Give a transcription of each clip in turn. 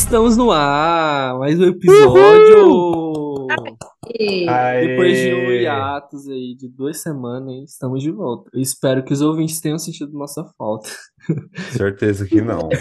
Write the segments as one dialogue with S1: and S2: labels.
S1: Estamos no ar, mais um
S2: Uhul!
S1: episódio. Depois de um
S2: Aê!
S1: hiatus aí de 2 semanas, hein, estamos de volta. Eu espero que os ouvintes tenham sentido nossa falta.
S2: Certeza que não.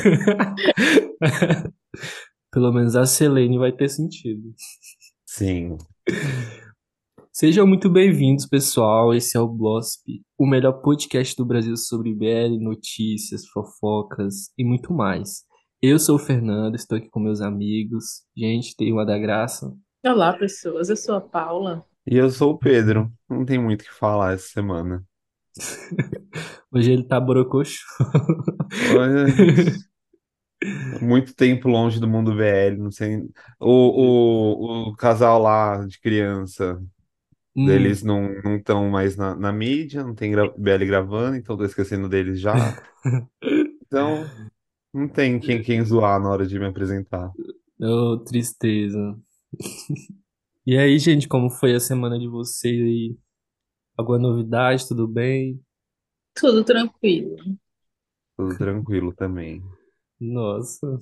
S1: Pelo menos a Selene vai ter sentido.
S2: Sim.
S1: Sejam muito bem-vindos, pessoal. Esse é o Blosp, o melhor podcast do Brasil sobre BL, notícias, fofocas e muito mais. Eu sou o Fernando, estou aqui com meus amigos. Gente, tem uma da graça.
S3: Olá, pessoas. Eu sou a Paula.
S2: E eu sou o Pedro. Não tem muito o que falar essa semana.
S1: Hoje ele tá borocochô.
S2: Olha, muito tempo longe do mundo BL, não sei. O casal lá de criança deles
S1: Hum.
S2: não estão mais na mídia, não tem BL gravando, então tô esquecendo deles já. Então, não tem quem zoar na hora de me apresentar.
S1: Oh, tristeza. E aí, gente, como foi a semana de vocês aí? Alguma novidade? Tudo bem?
S3: Tudo tranquilo.
S2: Tudo tranquilo também.
S1: Nossa.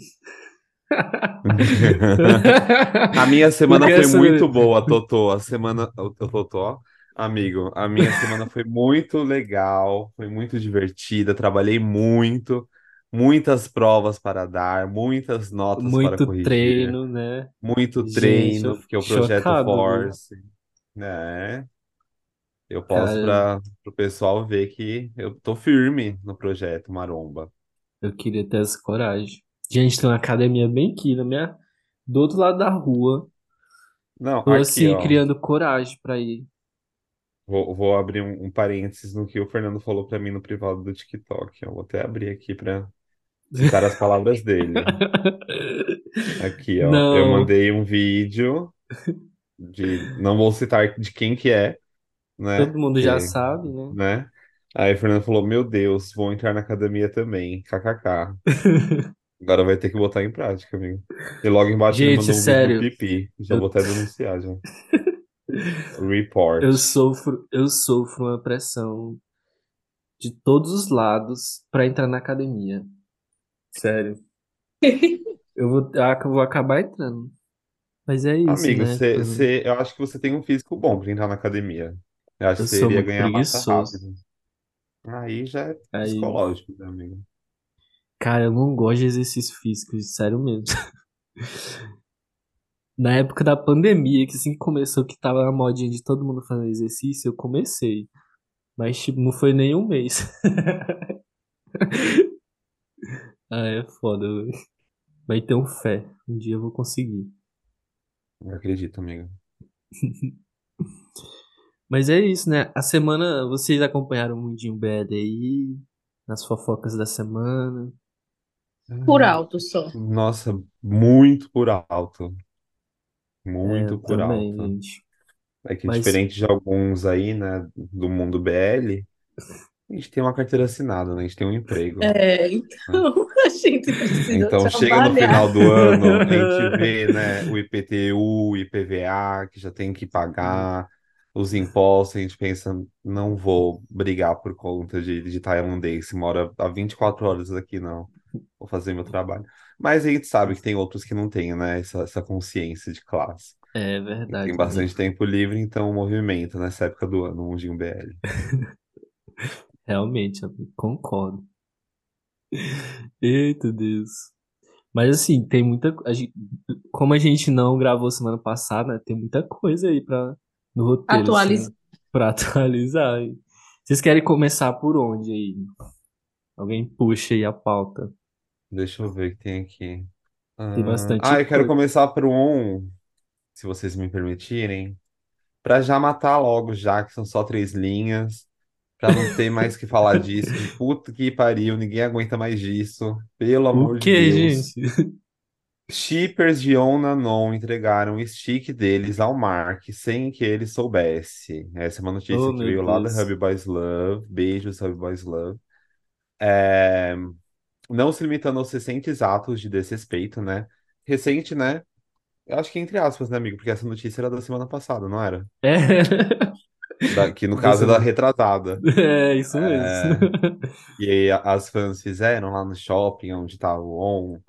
S2: A minha semana
S1: Porque
S2: foi
S1: essa.
S2: muito boa, Totô. A semana. Ô, Totó, amigo, a minha semana foi muito legal, foi muito divertida. Trabalhei muito, muitas provas para dar, muitas notas para
S1: Muito
S2: corrigir,
S1: treino, né?
S2: muito
S1: Gente, eu
S2: treino, porque
S1: fiquei
S2: o projeto
S1: chocado, viu?
S2: Force, né? Eu posso
S1: Cara,
S2: para o pessoal ver que eu tô firme no projeto Maromba.
S1: eu queria ter essa coragem. Gente, tem uma academia bem aqui do outro lado da rua.
S2: Não,
S1: Tô
S2: aqui,
S1: assim,
S2: ó.
S1: criando coragem pra ir.
S2: Vou abrir um parênteses no que o Fernando falou pra mim no privado do TikTok. Eu vou até abrir aqui pra citar as palavras dele. Aqui, ó. Eu
S1: Não,
S2: mandei um vídeo de. Não vou citar de quem que é, né?
S1: todo mundo já
S2: Que,
S1: sabe, né?
S2: né? Aí o Fernando falou: Meu Deus, vou entrar na academia também. KKK. Agora vai ter que botar em prática, amigo. E logo embaixo ele
S1: Gente,
S2: mandou um vídeo do
S1: sério,
S2: Pipi. Já vou
S1: eu,
S2: até denunciar, já.
S1: eu
S2: Report.
S1: sofro, eu sofro uma pressão de todos os lados pra entrar na academia. Sério. Eu vou acabar entrando. Mas é isso,
S2: Amigo,
S1: né?
S2: eu acho que você tem um físico bom pra entrar na academia. Eu acho
S1: Eu
S2: que você
S1: sou
S2: iria
S1: muito
S2: ganhar massa
S1: preguiçoso.
S2: rápido. Aí já é
S1: Aí,
S2: psicológico, né, amigo?
S1: cara, eu não gosto de exercício físico, sério mesmo. Na época da pandemia, que assim que começou, que tava na modinha de todo mundo fazendo exercício, eu comecei. Mas, tipo, não foi nem um mês. Ah, é foda, velho. Mas tenho fé. Um dia eu vou conseguir.
S2: Eu acredito, amigo.
S1: Mas é isso, né? A semana, vocês acompanharam o Mundinho BL aí, nas fofocas da semana.
S3: Por
S2: Ai,
S3: alto só.
S2: nossa, muito por alto.
S1: É, eu
S2: Muito por
S1: também,
S2: alto.
S1: gente.
S2: É que
S1: Mas,
S2: diferente de alguns aí, né, do mundo BL, a gente tem uma carteira assinada, né? A gente tem um emprego, né?
S3: Então a gente precisa
S2: Então, chega no
S3: trabalhar.
S2: final do ano, a gente vê, né, o IPTU, o IPVA, que já tem que pagar, os impostos, a gente pensa, não vou brigar por conta de tailandês, que mora a 24 horas aqui, não. Vou fazer meu trabalho. Mas a gente sabe que tem outros que não têm, né, essa consciência de classe.
S1: é
S2: E tem
S1: verdade, amigo.
S2: bastante tempo livre, então movimento nessa época do ano, o Mundinho BL.
S1: Realmente, amigo, concordo. Eita Deus. Mas assim, tem como a gente não gravou semana passada, né, tem muita coisa aí no roteiro,
S3: Atualiza.
S1: assim, pra atualizar aí. Vocês querem começar por onde aí? Alguém puxa aí a pauta.
S2: Deixa eu ver o que tem aqui.
S1: Tem bastante
S2: Eu quero
S1: coisa.
S2: começar por um, se vocês me permitirem. Pra já matar logo, já que são só 3 linhas, pra não ter mais que falar disso, de puta que pariu, ninguém aguenta mais disso, pelo
S1: O
S2: amor de
S1: que,
S2: Deus.
S1: gente?
S2: Shippers de On entregaram o stick deles ao Mark sem que ele soubesse. Essa é uma notícia
S1: Oh,
S2: que
S1: meu
S2: veio lá da
S1: Deus.
S2: Hub Boys Love. Beijos, Hub Boys Love. É, não se limitando aos recentes atos de desrespeito, né? Recente, né? Eu acho que entre aspas, né, amigo? Porque essa notícia era da semana passada, não era?
S1: É.
S2: Que no
S1: Da
S2: caso é da
S1: semana.
S2: retratada.
S1: É, isso mesmo.
S2: É, e aí as fãs fizeram lá no shopping onde tava o On.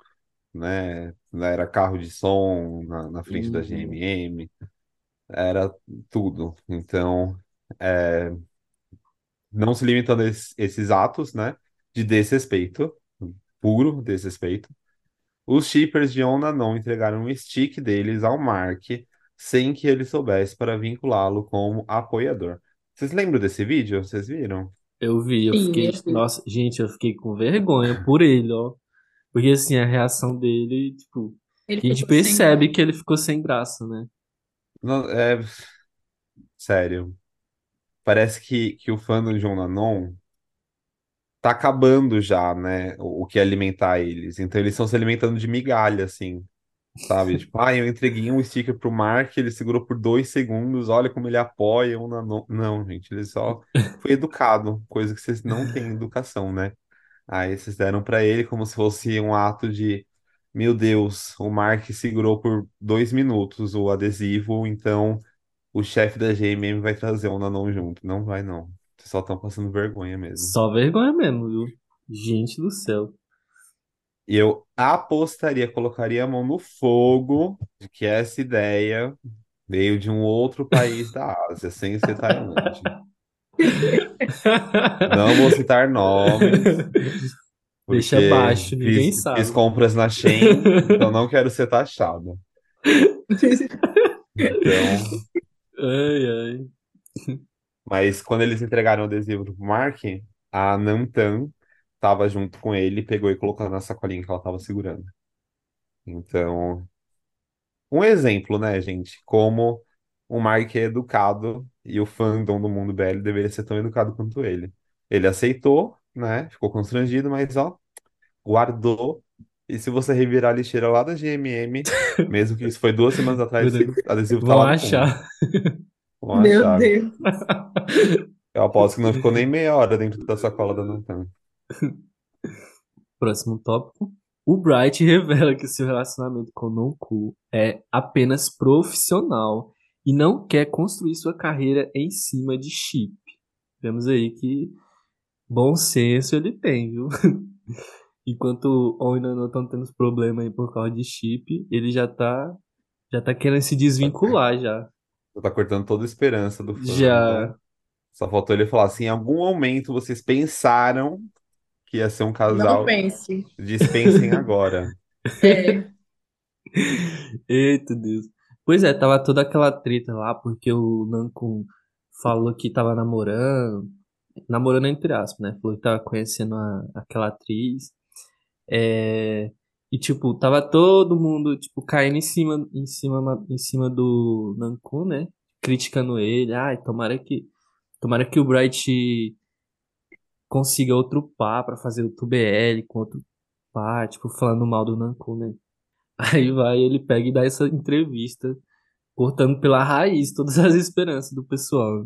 S2: né? Era carro de som na frente da
S1: Uhum.
S2: GMM, era tudo. Então, é, não se limitando a esses atos, né? De desrespeito, puro desrespeito. Os shippers de Onda não entregaram um stick deles ao Mark sem que ele soubesse para vinculá-lo como apoiador. Vocês lembram desse vídeo? Vocês viram?
S1: Eu vi, eu
S3: Sim,
S1: fiquei,
S3: eu vi.
S1: nossa, gente, eu fiquei com vergonha por ele, ó. Porque assim, a reação dele, tipo,
S3: Ele
S1: a gente
S3: ficou sem
S1: percebe
S3: graça.
S1: que ele ficou sem graça, né?
S2: Não, é sério. Parece que o fandom de Onanon tá acabando já, né? O que é alimentar eles. Então eles estão se alimentando de migalha, assim, sabe? Tipo, eu entreguei um sticker pro Mark, ele segurou por 2 segundos, olha como ele apoia o Onanon. Não, gente, ele só foi educado, coisa que vocês não têm educação, né? Aí vocês deram pra ele como se fosse um ato de, meu Deus, o Mark segurou por 2 minutos o adesivo, então o chefe da GMM vai trazer o Nanon junto. Não vai, não. Vocês só estão passando vergonha mesmo.
S1: Só vergonha mesmo, viu? Gente do céu.
S2: E eu apostaria, colocaria a mão no fogo de que essa ideia veio de um outro país da Ásia, sem ser Tailândia. Não vou citar nomes,
S1: Deixa
S2: porque
S1: baixo, ninguém
S2: fiz
S1: sabe.
S2: compras na Shein, então não quero ser taxado. Então,
S1: Ai, ai.
S2: mas quando eles entregaram o adesivo pro Mark, a Nantan tava junto com ele, pegou e colocou na sacolinha que ela tava segurando. Então, um exemplo, né, gente? Como o Mark é educado e o fandom do mundo BL deveria ser tão educado quanto ele. Ele aceitou, né? Ficou constrangido, mas ó, guardou. E se você revirar a lixeira lá da GMM, mesmo que isso foi 2 semanas atrás, esse adesivo tá
S1: Vão
S2: lá no fundo.
S1: achar.
S2: Vão
S3: Meu
S2: achar.
S3: Deus.
S2: Eu aposto que não ficou nem meia hora dentro da sacola da Nantan.
S1: Próximo tópico. O Bright revela que seu relacionamento com Nonku é apenas profissional e não quer construir sua carreira em cima de chip. Vemos aí que bom senso ele tem, viu? Enquanto o Oina não estão tendo problema aí por causa de chip, ele já tá querendo se desvincular já.
S2: Tá cortando toda a esperança do fandom.
S1: Já.
S2: Só faltou ele falar assim: em algum momento vocês pensaram que ia ser um
S3: Não
S2: casal,
S3: pense.
S2: dispensem agora.
S3: É,
S1: Eita Deus. Pois é, tava toda aquela treta lá, porque o Nankun falou que tava namorando entre aspas, né? Falou que tava conhecendo aquela atriz. É, e, tipo, tava todo mundo, tipo, caindo em cima do Nankun, né? Criticando ele. Ai, tomara que o Bright consiga outro par pra fazer outro BL com outro par, tipo, falando mal do Nankun, né? Aí vai, ele pega e dá essa entrevista, cortando pela raiz todas as esperanças do pessoal.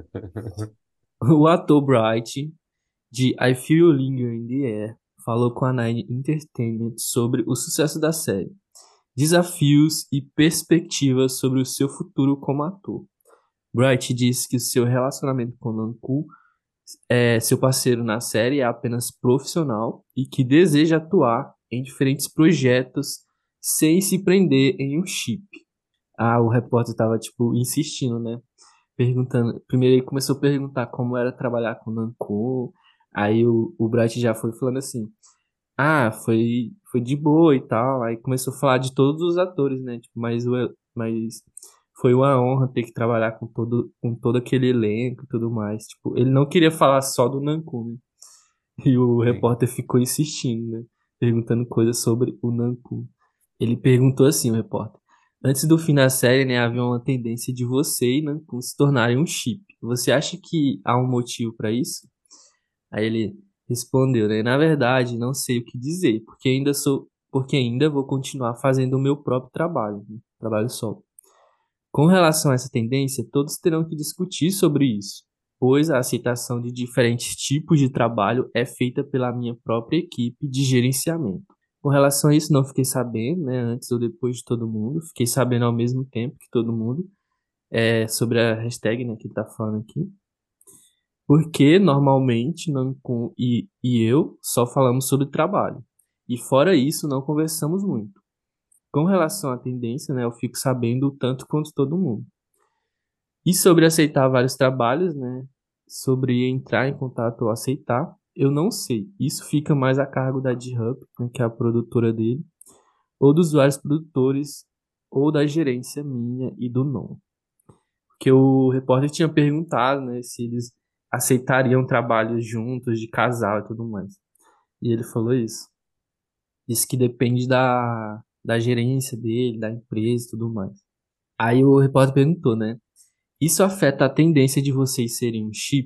S1: O ator Bright, de I Feel You Linger in the Air, falou com a Nine Entertainment sobre o sucesso da série, desafios e perspectivas sobre o seu futuro como ator. Bright disse que o seu relacionamento com Nanku, seu parceiro na série, é apenas profissional e que deseja atuar em diferentes projetos sem se prender em um chip. Ah, o repórter tava, tipo, insistindo, né? Perguntando. Primeiro ele começou a perguntar como era trabalhar com o Nanko. Aí o Bright já foi falando assim: Ah, foi de boa e tal. Aí começou a falar de todos os atores, né? Tipo, mas foi uma honra ter que trabalhar com todo aquele elenco e tudo mais. Tipo, ele não queria falar só do Nanko, né? E o
S2: Sim.
S1: repórter ficou insistindo, né? Perguntando coisas sobre o Nanko. Ele perguntou assim, o repórter. Antes do fim da série, né, havia uma tendência de você e Nanko se tornarem um chip. Você acha que há um motivo para isso? Aí ele respondeu, né? Na verdade, não sei o que dizer, porque ainda vou continuar fazendo o meu próprio trabalho, né, trabalho solo. Com relação a essa tendência, todos terão que discutir sobre isso, pois a aceitação de diferentes tipos de trabalho é feita pela minha própria equipe de gerenciamento. Com relação a isso, não fiquei sabendo, né, antes ou depois de todo mundo, fiquei sabendo ao mesmo tempo que todo mundo, sobre a hashtag, né, que ele tá falando aqui, porque normalmente Nankun e eu só falamos sobre trabalho. E fora isso, não conversamos muito. Com relação à tendência, né, eu fico sabendo tanto quanto todo mundo. E sobre aceitar vários trabalhos, né, sobre entrar em contato ou aceitar, eu não sei. Isso fica mais a cargo da D-Hub, né, que é a produtora dele, ou dos vários produtores, ou da gerência minha e do Non. Porque o repórter tinha perguntado, né, se eles aceitariam trabalhos juntos, de casal e tudo mais. E ele falou isso. Disse que depende da gerência dele, da empresa e tudo mais. Aí o repórter perguntou, né? Isso afeta a tendência de vocês serem um chip?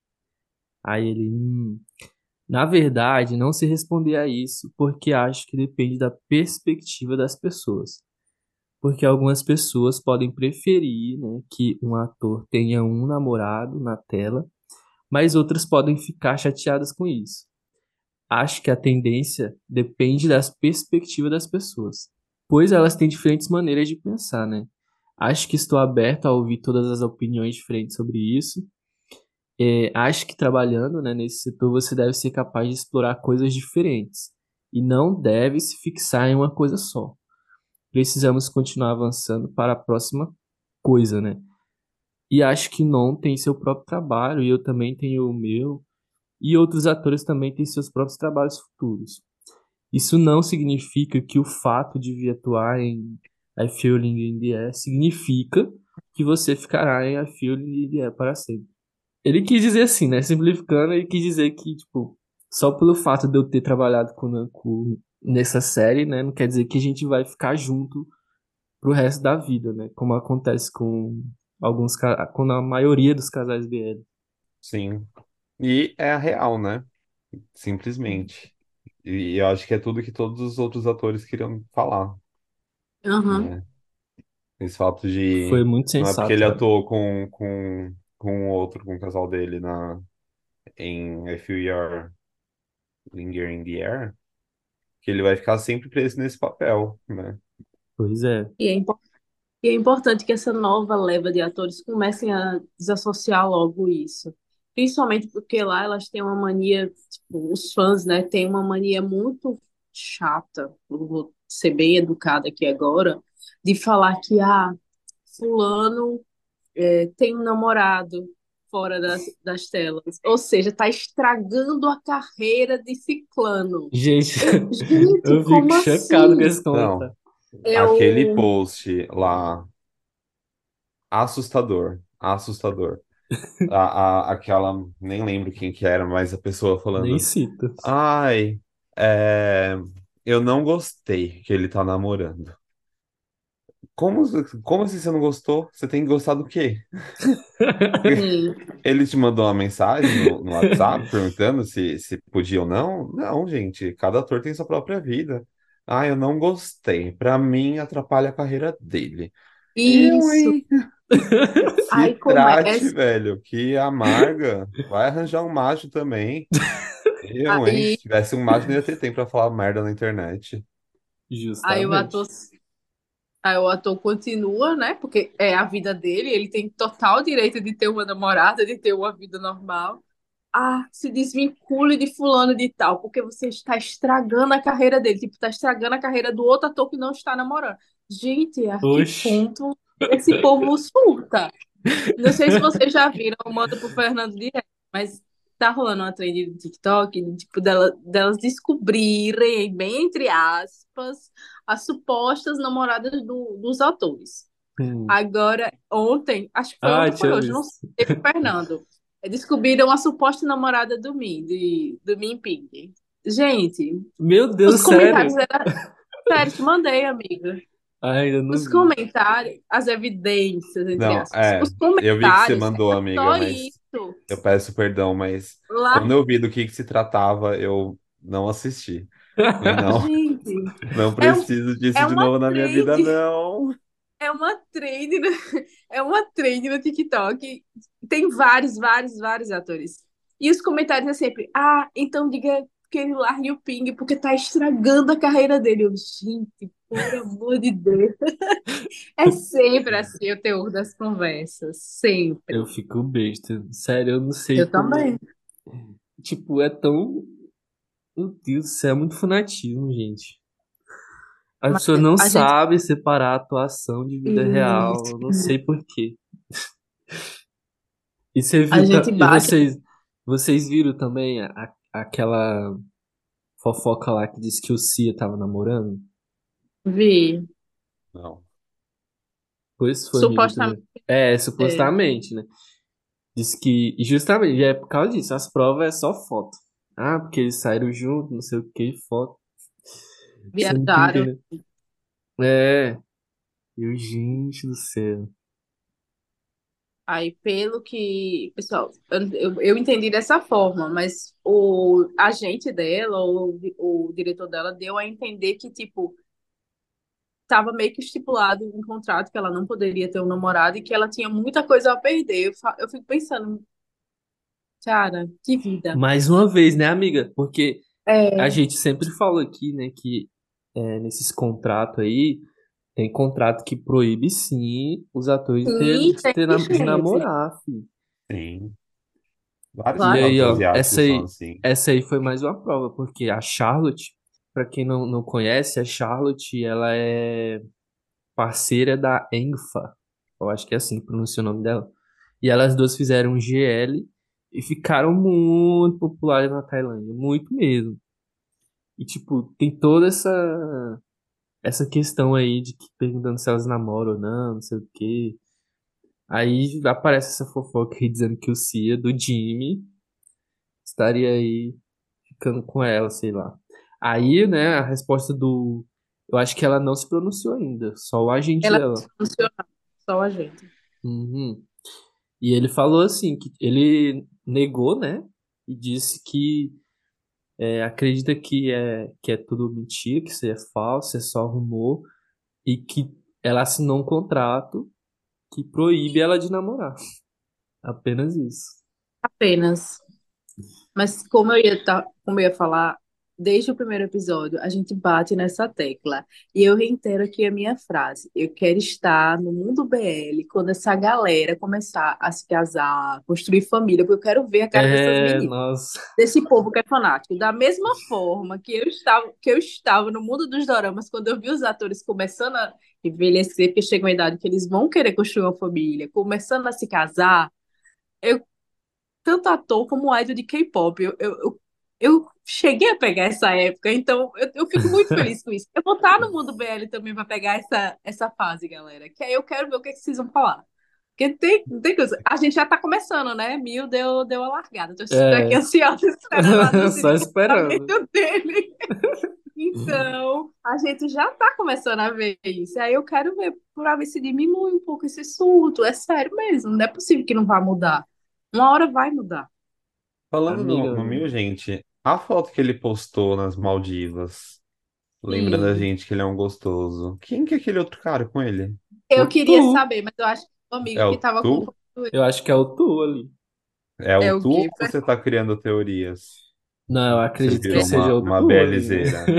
S1: Aí ele, na verdade, não se responder a isso, porque acho que depende da perspectiva das pessoas. Porque algumas pessoas podem preferir, né, que um ator tenha um namorado na tela, mas outras podem ficar chateadas com isso. Acho que a tendência depende das perspectivas das pessoas, pois elas têm diferentes maneiras de pensar, né? Acho que estou aberto a ouvir todas as opiniões diferentes sobre isso. Acho que trabalhando, né, nesse setor você deve ser capaz de explorar coisas diferentes e não deve se fixar em uma coisa só. Precisamos continuar avançando para a próxima coisa, né? E acho que Non tem seu próprio trabalho e eu também tenho o meu. E outros atores também têm seus próprios trabalhos futuros. Isso não significa que o fato de vir atuar em I Feel in the Air significa que você ficará em I Feel in the Air para sempre. Ele quis dizer assim, né? Simplificando, ele quis dizer que, tipo, só pelo fato de eu ter trabalhado com o Nanku nessa série, né? Não quer dizer que a gente vai ficar junto pro resto da vida, né? Como acontece com com a maioria dos casais BL.
S2: Sim. E é a real, né? Simplesmente. E eu acho que é tudo que todos os outros atores queriam falar,
S3: Aham.
S2: né? Esse fato
S1: Foi
S2: de.
S1: muito
S2: Não é porque ele
S1: sensato, velho.
S2: atuou com o outro, com o casal dele em I Feel Your Linger in the Air, que ele vai ficar sempre preso nesse papel, né?
S1: Pois é.
S3: E é, e é importante que essa nova leva de atores comecem a desassociar logo isso. Principalmente porque lá elas têm uma mania, tipo, os fãs, né, têm uma mania muito chata, eu vou ser bem educada aqui agora, de falar que, fulano tem um namorado fora das telas. Ou seja, está estragando a carreira de ciclano.
S1: Gente,
S3: Gente,
S1: eu fico
S3: como
S1: chocado com
S3: assim?
S1: esse
S2: Não,
S1: comentário.
S3: É
S2: aquele
S3: o.
S2: post lá, assustador, assustador. Aquela, nem lembro quem que era, mas a pessoa
S1: Nem
S2: falando,
S1: cito.
S2: ai, é, eu não gostei que ele tá namorando. Como, como assim você não gostou? Você tem que gostar do quê?
S3: Sim,
S2: Ele te mandou uma mensagem no WhatsApp perguntando se podia ou não? Não, gente, cada ator tem sua própria vida. Ah, eu não gostei. Pra mim, atrapalha a carreira dele. Eu,
S3: isso.
S2: hein? Se
S3: Aí como é?
S2: trate, velho, que amarga. Vai arranjar um macho também. Eu, hein? Se
S3: Aí,
S2: tivesse um macho, não ia ter tempo pra falar merda na internet.
S3: aí o ator,
S1: Justamente.
S3: aí o ator continua, né? Porque é a vida dele, ele tem total direito de ter uma namorada, de ter uma vida normal. Se desvincule de fulano de tal, porque você está estragando a carreira dele, tipo, está estragando a carreira do outro ator que não está namorando. Gente, a que
S1: Oxi.
S3: ponto esse povo surta? Não sei se vocês já viram, eu mando pro Fernando direto, mas tá rolando uma trend no TikTok, tipo, delas descobrirem, bem entre aspas, as supostas namoradas dos atores.
S1: Hum.
S3: Agora, ontem, acho que foi
S1: Ah,
S3: ontem ou foi
S1: tinha
S3: hoje, não
S1: visto.
S3: sei, teve o Fernando. Descobriram a suposta namorada do Min Ping. Gente,
S1: Meu
S3: os
S1: Deus,
S3: comentários
S1: sério?
S3: eram. Sério, te mandei, amiga.
S1: Ah, ainda não
S3: Os
S1: vi.
S3: comentários, as evidências, entre
S2: Não,
S3: aspas. Os
S2: eu vi que você
S3: comentários,
S2: mandou,
S3: era
S2: amiga,
S3: só
S2: mas
S3: isso.
S2: eu peço perdão, mas
S3: Lá,
S2: quando eu vi do que se tratava, eu não assisti. Falei, não,
S3: gente,
S2: não
S3: é, um,
S2: preciso disso
S3: é
S2: de
S3: uma
S2: novo na minha vida,
S3: trend.
S2: não.
S3: É uma trend, é uma trend no TikTok. Tem vários atores. E os comentários é sempre, então diga que ele largue o Ping, porque tá estragando a carreira dele. Eu, gente, por amor de Deus. É sempre assim o teor das conversas.
S1: Eu
S3: Sempre.
S1: fico besta. Sério, eu não sei
S3: Eu
S1: como.
S3: também.
S1: Tipo, é tão. Meu Deus do céu, é muito fanatismo, gente. As
S3: Mas
S1: pessoas não
S3: a gente.
S1: sabem separar a atuação de vida real. Eu não sei por quê. E você
S3: A
S1: viu,
S3: gente
S1: e
S3: bate.
S1: vocês viram também aquela fofoca lá que disse que o Cia tava namorando?
S3: Vi.
S2: Não.
S1: Pois foi, amiga,
S3: Supostamente.
S1: também. É,
S3: É,
S1: supostamente, né? Disse que, e justamente, é por causa disso, as provas é só foto. Ah, porque eles saíram juntos, não sei o que, foto. Sendo que não tem,
S3: viajaram.
S1: né? É, eu, gente do céu.
S3: Aí, pelo que, pessoal, eu entendi dessa forma, mas o agente dela, o diretor dela, deu a entender que, tipo, estava meio que estipulado em contrato que ela não poderia ter um namorado e que ela tinha muita coisa a perder. Eu fico pensando, cara, que vida.
S1: Mais uma vez, né, amiga? Porque a
S3: É,
S1: gente sempre fala aqui, né, que nesses contratos aí, tem contrato que proíbe sim os atores de, ter,
S3: sim,
S1: de,
S3: tem
S1: ter, de
S3: gente.
S1: namorar, filho.
S2: Sim. Vários
S1: E
S3: Claro.
S1: aí,
S2: contratos
S1: ó,
S2: asiáticos são assim.
S1: essa aí foi mais uma prova, porque a Charlotte, pra quem não conhece, a Charlotte, ela é parceira da Enfa. Eu acho que é assim que pronuncia o nome dela. E elas duas fizeram um GL e ficaram muito populares na Tailândia, muito mesmo. E tipo, tem toda essa questão aí de que perguntando se elas namoram ou não, não sei o quê. Aí aparece essa fofoca aí dizendo que o Cia do Jimmy estaria aí ficando com ela, sei lá. Aí, né, a resposta do. Eu acho que ela não se pronunciou ainda, só o agente
S3: Ela
S1: dela.
S3: funciona, só a gente.
S1: Uhum. E ele falou assim, que ele negou, né? E disse que acredita que é tudo mentira, que isso é falso, é só rumor, e que ela assinou um contrato que proíbe ela de namorar. Apenas isso.
S3: Apenas. Mas como eu ia falar, desde o primeiro episódio, a gente bate nessa tecla. E eu reitero aqui a minha frase. Eu quero estar no mundo BL quando essa galera começar a se casar, construir família, porque eu quero ver a cara dessas
S1: É,
S3: meninas,
S1: nossa.
S3: desse povo que é fanático. Da mesma forma que eu estava no mundo dos doramas, quando eu vi os atores começando a envelhecer, porque chega uma idade que eles vão querer construir uma família, começando a se casar. Eu tanto ator como idol de K-pop. Eu cheguei a pegar essa época, então eu fico muito feliz com isso. Eu vou estar no mundo BL também para pegar essa fase, galera. Que aí eu quero ver o que, é que vocês vão falar. Porque tem coisa. A gente já tá começando, né? Mil deu a largada. Tô aqui
S1: É.
S3: ansiosa esperando a data
S1: Só
S3: de
S1: esperando.
S3: casamento dele. Então, a gente já tá começando a ver isso. Aí eu quero ver para ver se diminui um pouco esse surto. É sério mesmo. Não é possível que não vá mudar. Uma hora vai mudar.
S2: Falando
S1: Amiga,
S2: no Mil, gente, a foto que ele postou nas Maldivas, lembrando a
S3: Sim.
S2: gente que ele é um gostoso. Quem que é aquele outro cara com ele?
S1: o
S3: Eu queria
S1: Tu.
S3: saber, mas eu acho que o
S2: É
S3: amigo que
S2: o
S3: estava
S2: Tu?
S3: acompanhando ele
S1: Eu acho que é o Tu ali.
S2: É
S3: é
S2: o
S3: o
S2: Tu ou
S3: Giffer.
S2: você tá criando teorias?
S1: Não, eu
S2: Você
S1: acredito que
S2: virou
S1: seja o
S2: uma
S1: Tu ali, né?
S2: BLzeira.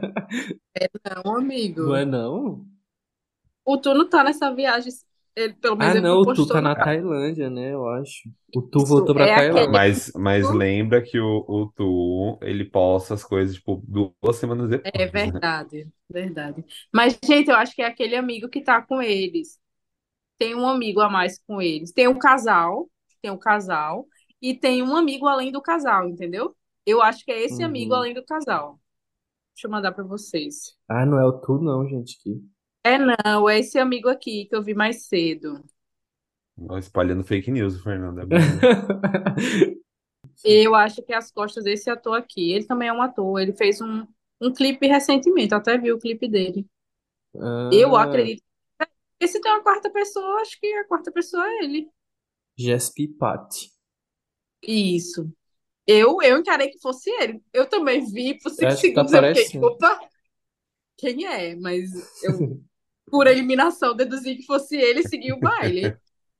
S3: Não,
S1: Não
S3: amigo.
S1: é não?
S3: O Tu não tá nessa viagem. Ele, pelo
S1: Ah,
S3: menos ele
S1: não,
S3: não
S1: o Tu
S3: postou
S1: tá
S3: nada.
S1: na Tailândia, né? Eu acho. O Tu
S3: Isso
S1: voltou pra
S3: é
S2: Ah,
S3: aquele.
S1: Tailândia.
S2: mas lembra que o Tu, ele posta as coisas, tipo, 2 semanas
S3: É
S2: depois, né?
S3: verdade, verdade. Mas, gente, eu acho que é aquele amigo que tá com eles. Tem um amigo a mais com eles. Tem um casal, e tem um amigo além do casal, entendeu? Eu acho que é esse amigo
S1: Uhum.
S3: além do casal. Deixa eu mandar pra vocês.
S1: Ah, não é o Tu não, gente. Que...
S3: É não, é esse amigo aqui que eu vi mais cedo.
S2: Ó, espalhando fake news, Fernando, é bom, hein?
S3: Eu acho que é as costas desse ator aqui. Ele também é um ator. Ele fez um clipe recentemente. Eu até vi o clipe dele. Eu
S1: Ah,
S3: acredito. E se tem uma quarta pessoa, acho que a quarta pessoa é ele.
S1: Jespi Patti.
S3: Isso. Eu encarei que fosse ele. Eu também vi por
S1: Eu
S3: cinco
S1: acho que tá
S3: segundos. Eu fiquei,
S1: parecendo.
S3: opa, quem é? Mas eu, por eliminação, deduzi que fosse ele e segui o baile.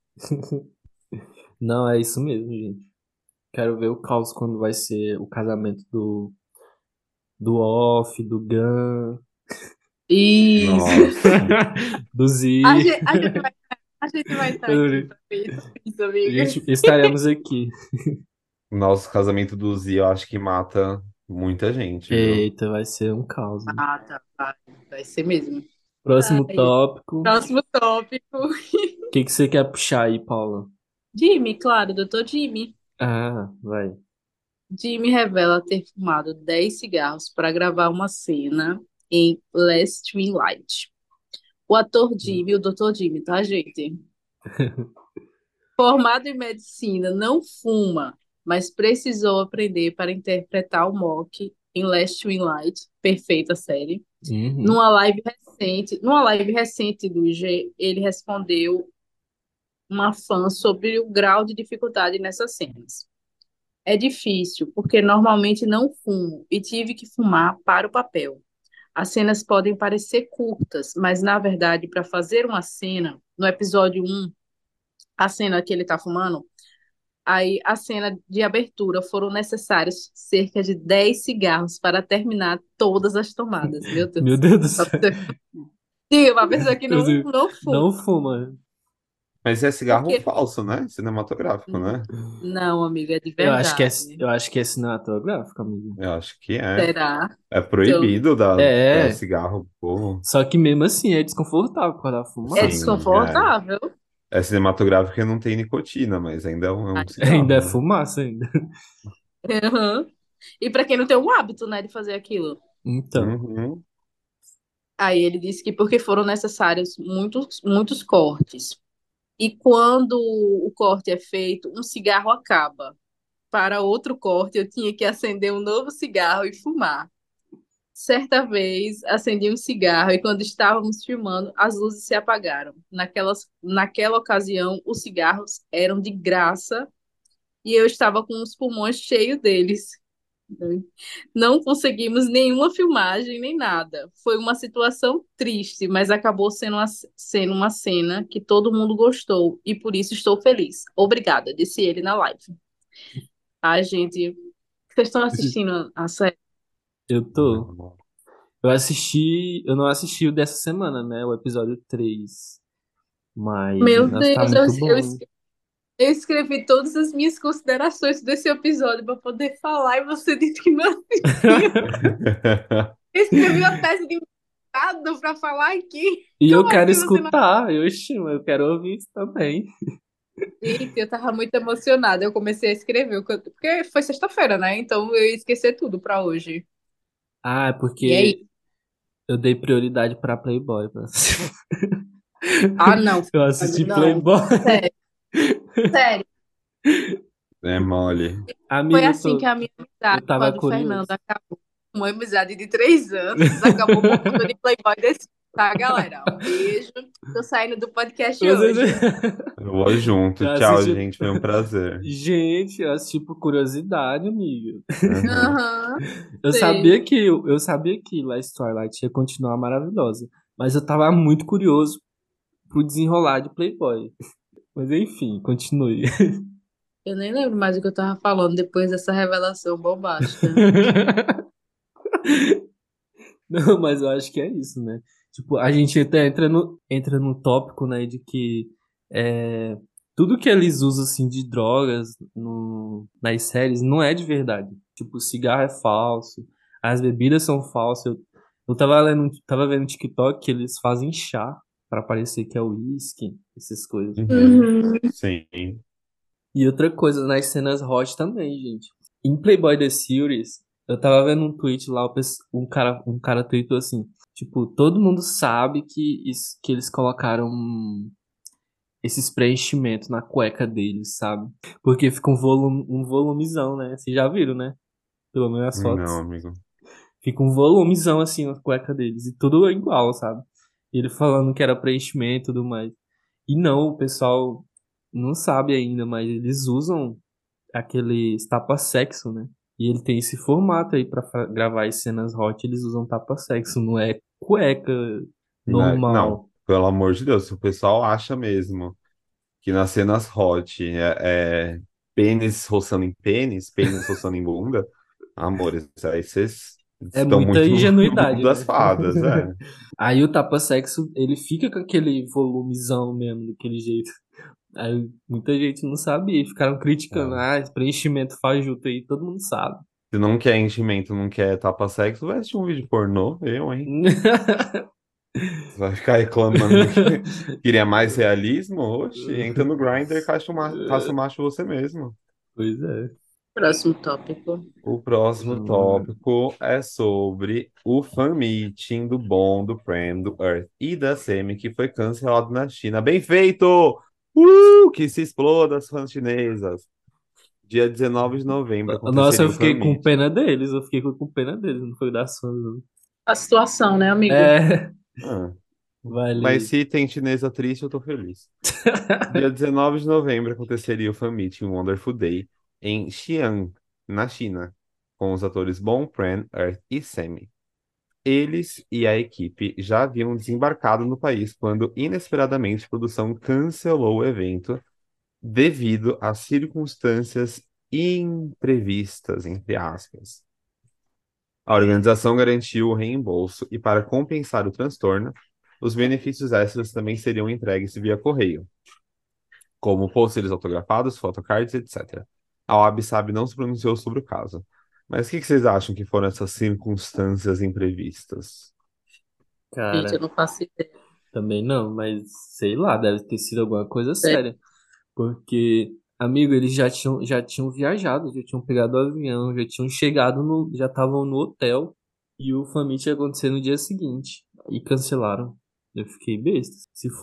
S1: Não, é isso mesmo, gente. Quero ver o caos quando vai ser o casamento do Off, do Gun,
S3: Isso.
S2: Nossa.
S1: do
S3: A
S1: Z.
S3: gente, a gente vai, a gente vai estar aqui pra ver isso, amiga.
S1: Gente, estaremos aqui.
S2: Nosso casamento do Z, eu acho que mata Muita gente, viu?
S1: Eita, vai ser um caos, né?
S3: Ah, tá. Vai ser mesmo.
S1: Próximo
S3: Ai,
S1: tópico. O
S3: próximo tópico.
S1: que que você quer puxar aí, Paula?
S3: Jimmy, claro, doutor Jimmy.
S1: Ah, vai.
S3: Jimmy revela ter fumado 10 cigarros para gravar uma cena em Last Twilight. O ator Jimmy, o doutor Jimmy, tá, gente? Formado em medicina, não fuma, mas precisou aprender para interpretar o Mock em Last Twilight, perfeita série.
S1: Uhum.
S3: Numa live recente do G, ele respondeu uma fã sobre o grau de dificuldade nessas cenas. É difícil, porque normalmente não fumo e tive que fumar para o papel. As cenas podem parecer curtas, mas na verdade, para fazer uma cena, no episódio um, a cena que ele está fumando, aí a cena de abertura foram necessários cerca de 10 cigarros para terminar todas as tomadas. Meu Deus
S1: Meu
S3: do
S1: Deus do
S3: céu.
S1: céu.
S3: Sim, uma pessoa que
S1: Quer dizer,
S3: não fuma.
S1: não fuma.
S2: Mas é cigarro
S3: Porque
S2: falso, né? Cinematográfico, né?
S3: não, amiga, é de verdade.
S1: Eu acho que é cinematográfico, amigo.
S2: Eu acho que é.
S3: Será?
S2: É
S3: Então,
S2: proibido dar
S1: É,
S2: cigarro, pô.
S1: só que mesmo assim é desconfortável por causa da
S3: é
S1: fumaça.
S2: Sim, é.
S3: desconfortável.
S2: É cinematográfico e não tem nicotina, mas ainda é um
S1: Ainda é
S2: cigarro, né?
S1: fumaça ainda.
S3: Uhum. E para quem não tem o hábito, né, de fazer aquilo.
S1: Então.
S2: Uhum.
S3: Aí ele disse que porque foram necessários muitos cortes. E quando o corte é feito, um cigarro acaba. Para outro corte, eu tinha que acender um novo cigarro e fumar. Certa vez, acendi um cigarro e quando estávamos filmando, as luzes se apagaram. Naquela ocasião, os cigarros eram de graça e eu estava com os pulmões cheios deles. Não conseguimos nenhuma filmagem nem nada. Foi uma situação triste, mas acabou sendo uma cena que todo mundo gostou e por isso estou feliz. Obrigada, disse ele na live. Ai, gente, vocês estão assistindo a série?
S1: Eu tô. Eu não assisti o dessa semana, né? O episódio 3.
S3: Meu
S1: Mas tá
S3: Deus,
S1: muito bom.
S3: eu escrevi todas as minhas considerações desse episódio para poder falar e você disse que não assistiu. Eu escrevi uma tese de mestrado para falar aqui.
S1: E eu
S3: Como
S1: quero
S3: assim você não...
S1: escutar, eu quero ouvir isso também.
S3: Gente, eu tava muito emocionada. Eu comecei a escrever, porque foi sexta-feira, né? Então eu ia esquecer tudo para hoje.
S1: Ah, é
S3: E aí?
S1: porque eu dei prioridade pra Playboy.
S3: Ah, não,
S1: Eu
S3: Fernando,
S1: assisti
S3: não.
S1: Playboy.
S3: Sério, sério.
S2: É mole.
S3: Foi
S1: Amigo,
S3: assim que a minha
S1: eu
S3: amizade com a
S1: tava
S3: do Fernando
S1: curioso.
S3: acabou. Uma amizade de 3 anos acabou por conta de Playboy desse, tá, galera? Um beijo. Tô saindo do podcast
S1: Vocês...
S3: hoje.
S2: Eu vou junto.
S1: Eu
S2: Tchau,
S1: assisti.
S2: gente. Foi um prazer.
S1: Gente, eu assisti por curiosidade, amigo.
S2: Uhum.
S3: Aham,
S1: Eu
S3: sei.
S1: sabia que eu sabia que Last Twilight ia continuar maravilhosa, mas eu tava muito curioso pro desenrolar de Playboy. Mas enfim, continue.
S3: Eu nem lembro mais o que eu tava falando depois dessa revelação bombástica.
S1: Não, mas eu acho que é isso, né? Tipo, a gente até entra no tópico, né, de que é, tudo que eles usam, assim, de drogas nas séries não é de verdade. Tipo, o cigarro é falso, as bebidas são falsas. Eu tava vendo no TikTok que eles fazem chá pra parecer que é uísque, essas coisas.
S2: Uhum.
S3: Uhum.
S2: Sim.
S1: E outra coisa, nas cenas hot também, gente. Em Playboy The Series, eu tava vendo um tweet lá, um cara tweetou assim, tipo, todo mundo sabe que eles colocaram esses preenchimentos na cueca deles, sabe? Porque fica um volumezão, né? Vocês já viram, né? Pelo menos as
S2: Não,
S1: fotos.
S2: amigo.
S1: Fica um volumezão assim na cueca deles. E tudo é igual, sabe? Ele falando que era preenchimento e tudo mais. E não, o pessoal não sabe ainda, mas eles usam aqueles tapa-sexo, né? E ele tem esse formato aí pra gravar as cenas hot, eles usam tapa-sexo, não é cueca
S2: Não,
S1: normal.
S2: pelo amor de Deus, se o pessoal acha mesmo que nas cenas hot é pênis roçando em pênis roçando em bunda, amores, aí vocês
S1: É
S2: estão
S1: muita
S2: muito no mundo
S1: ingenuidade,
S2: das
S1: né?
S2: fadas, é.
S1: Aí o tapa-sexo, ele fica com aquele volumezão mesmo, daquele jeito. Aí muita gente não sabia, e ficaram criticando,
S2: É.
S1: ah, esse preenchimento fajuto aí, todo mundo sabe.
S2: Se não quer enchimento, não quer tapa-sexo, vai assistir um vídeo pornô, eu, hein? Você vai ficar reclamando que queria mais realismo? Oxe, entra no Grindr e caça o macho você mesmo.
S1: Pois é.
S3: Próximo tópico.
S2: O próximo tópico é sobre o fan meeting do Bom, do Prem, do Earth e da Semi, que foi cancelado na China. Bem feito! Que se exploda as fãs chinesas. Dia 19 de novembro
S1: Nossa, eu
S2: aconteceria o fan
S1: fiquei com
S2: meeting.
S1: pena deles. Eu fiquei com pena deles, não foi da Sony, não.
S3: A situação, né, amigo?
S1: É,
S2: Ah, mas
S1: valeu.
S2: se tem chinesa triste, eu tô feliz. Dia 19 de novembro aconteceria o fan meeting Wonderful Day em Xi'an, na China, com os atores Bong Pran, Earth e Semi. Eles e a equipe já haviam desembarcado no país quando, inesperadamente, a produção cancelou o evento devido a circunstâncias imprevistas, entre aspas. A organização garantiu o reembolso e, para compensar o transtorno, os benefícios extras também seriam entregues via correio, como pôsteres autografados, photocards, etc. A OAB não se pronunciou sobre o caso. Mas o que vocês acham que foram essas circunstâncias imprevistas?
S3: Gente, eu
S1: Cara,
S3: não faço ideia.
S1: também não, mas sei lá, deve ter sido alguma coisa
S3: É,
S1: séria. Porque, amigo, eles já tinham viajado, já tinham pegado o avião, já tinham chegado no, já estavam no hotel e o Famit ia acontecer no dia seguinte e cancelaram. Eu fiquei besta.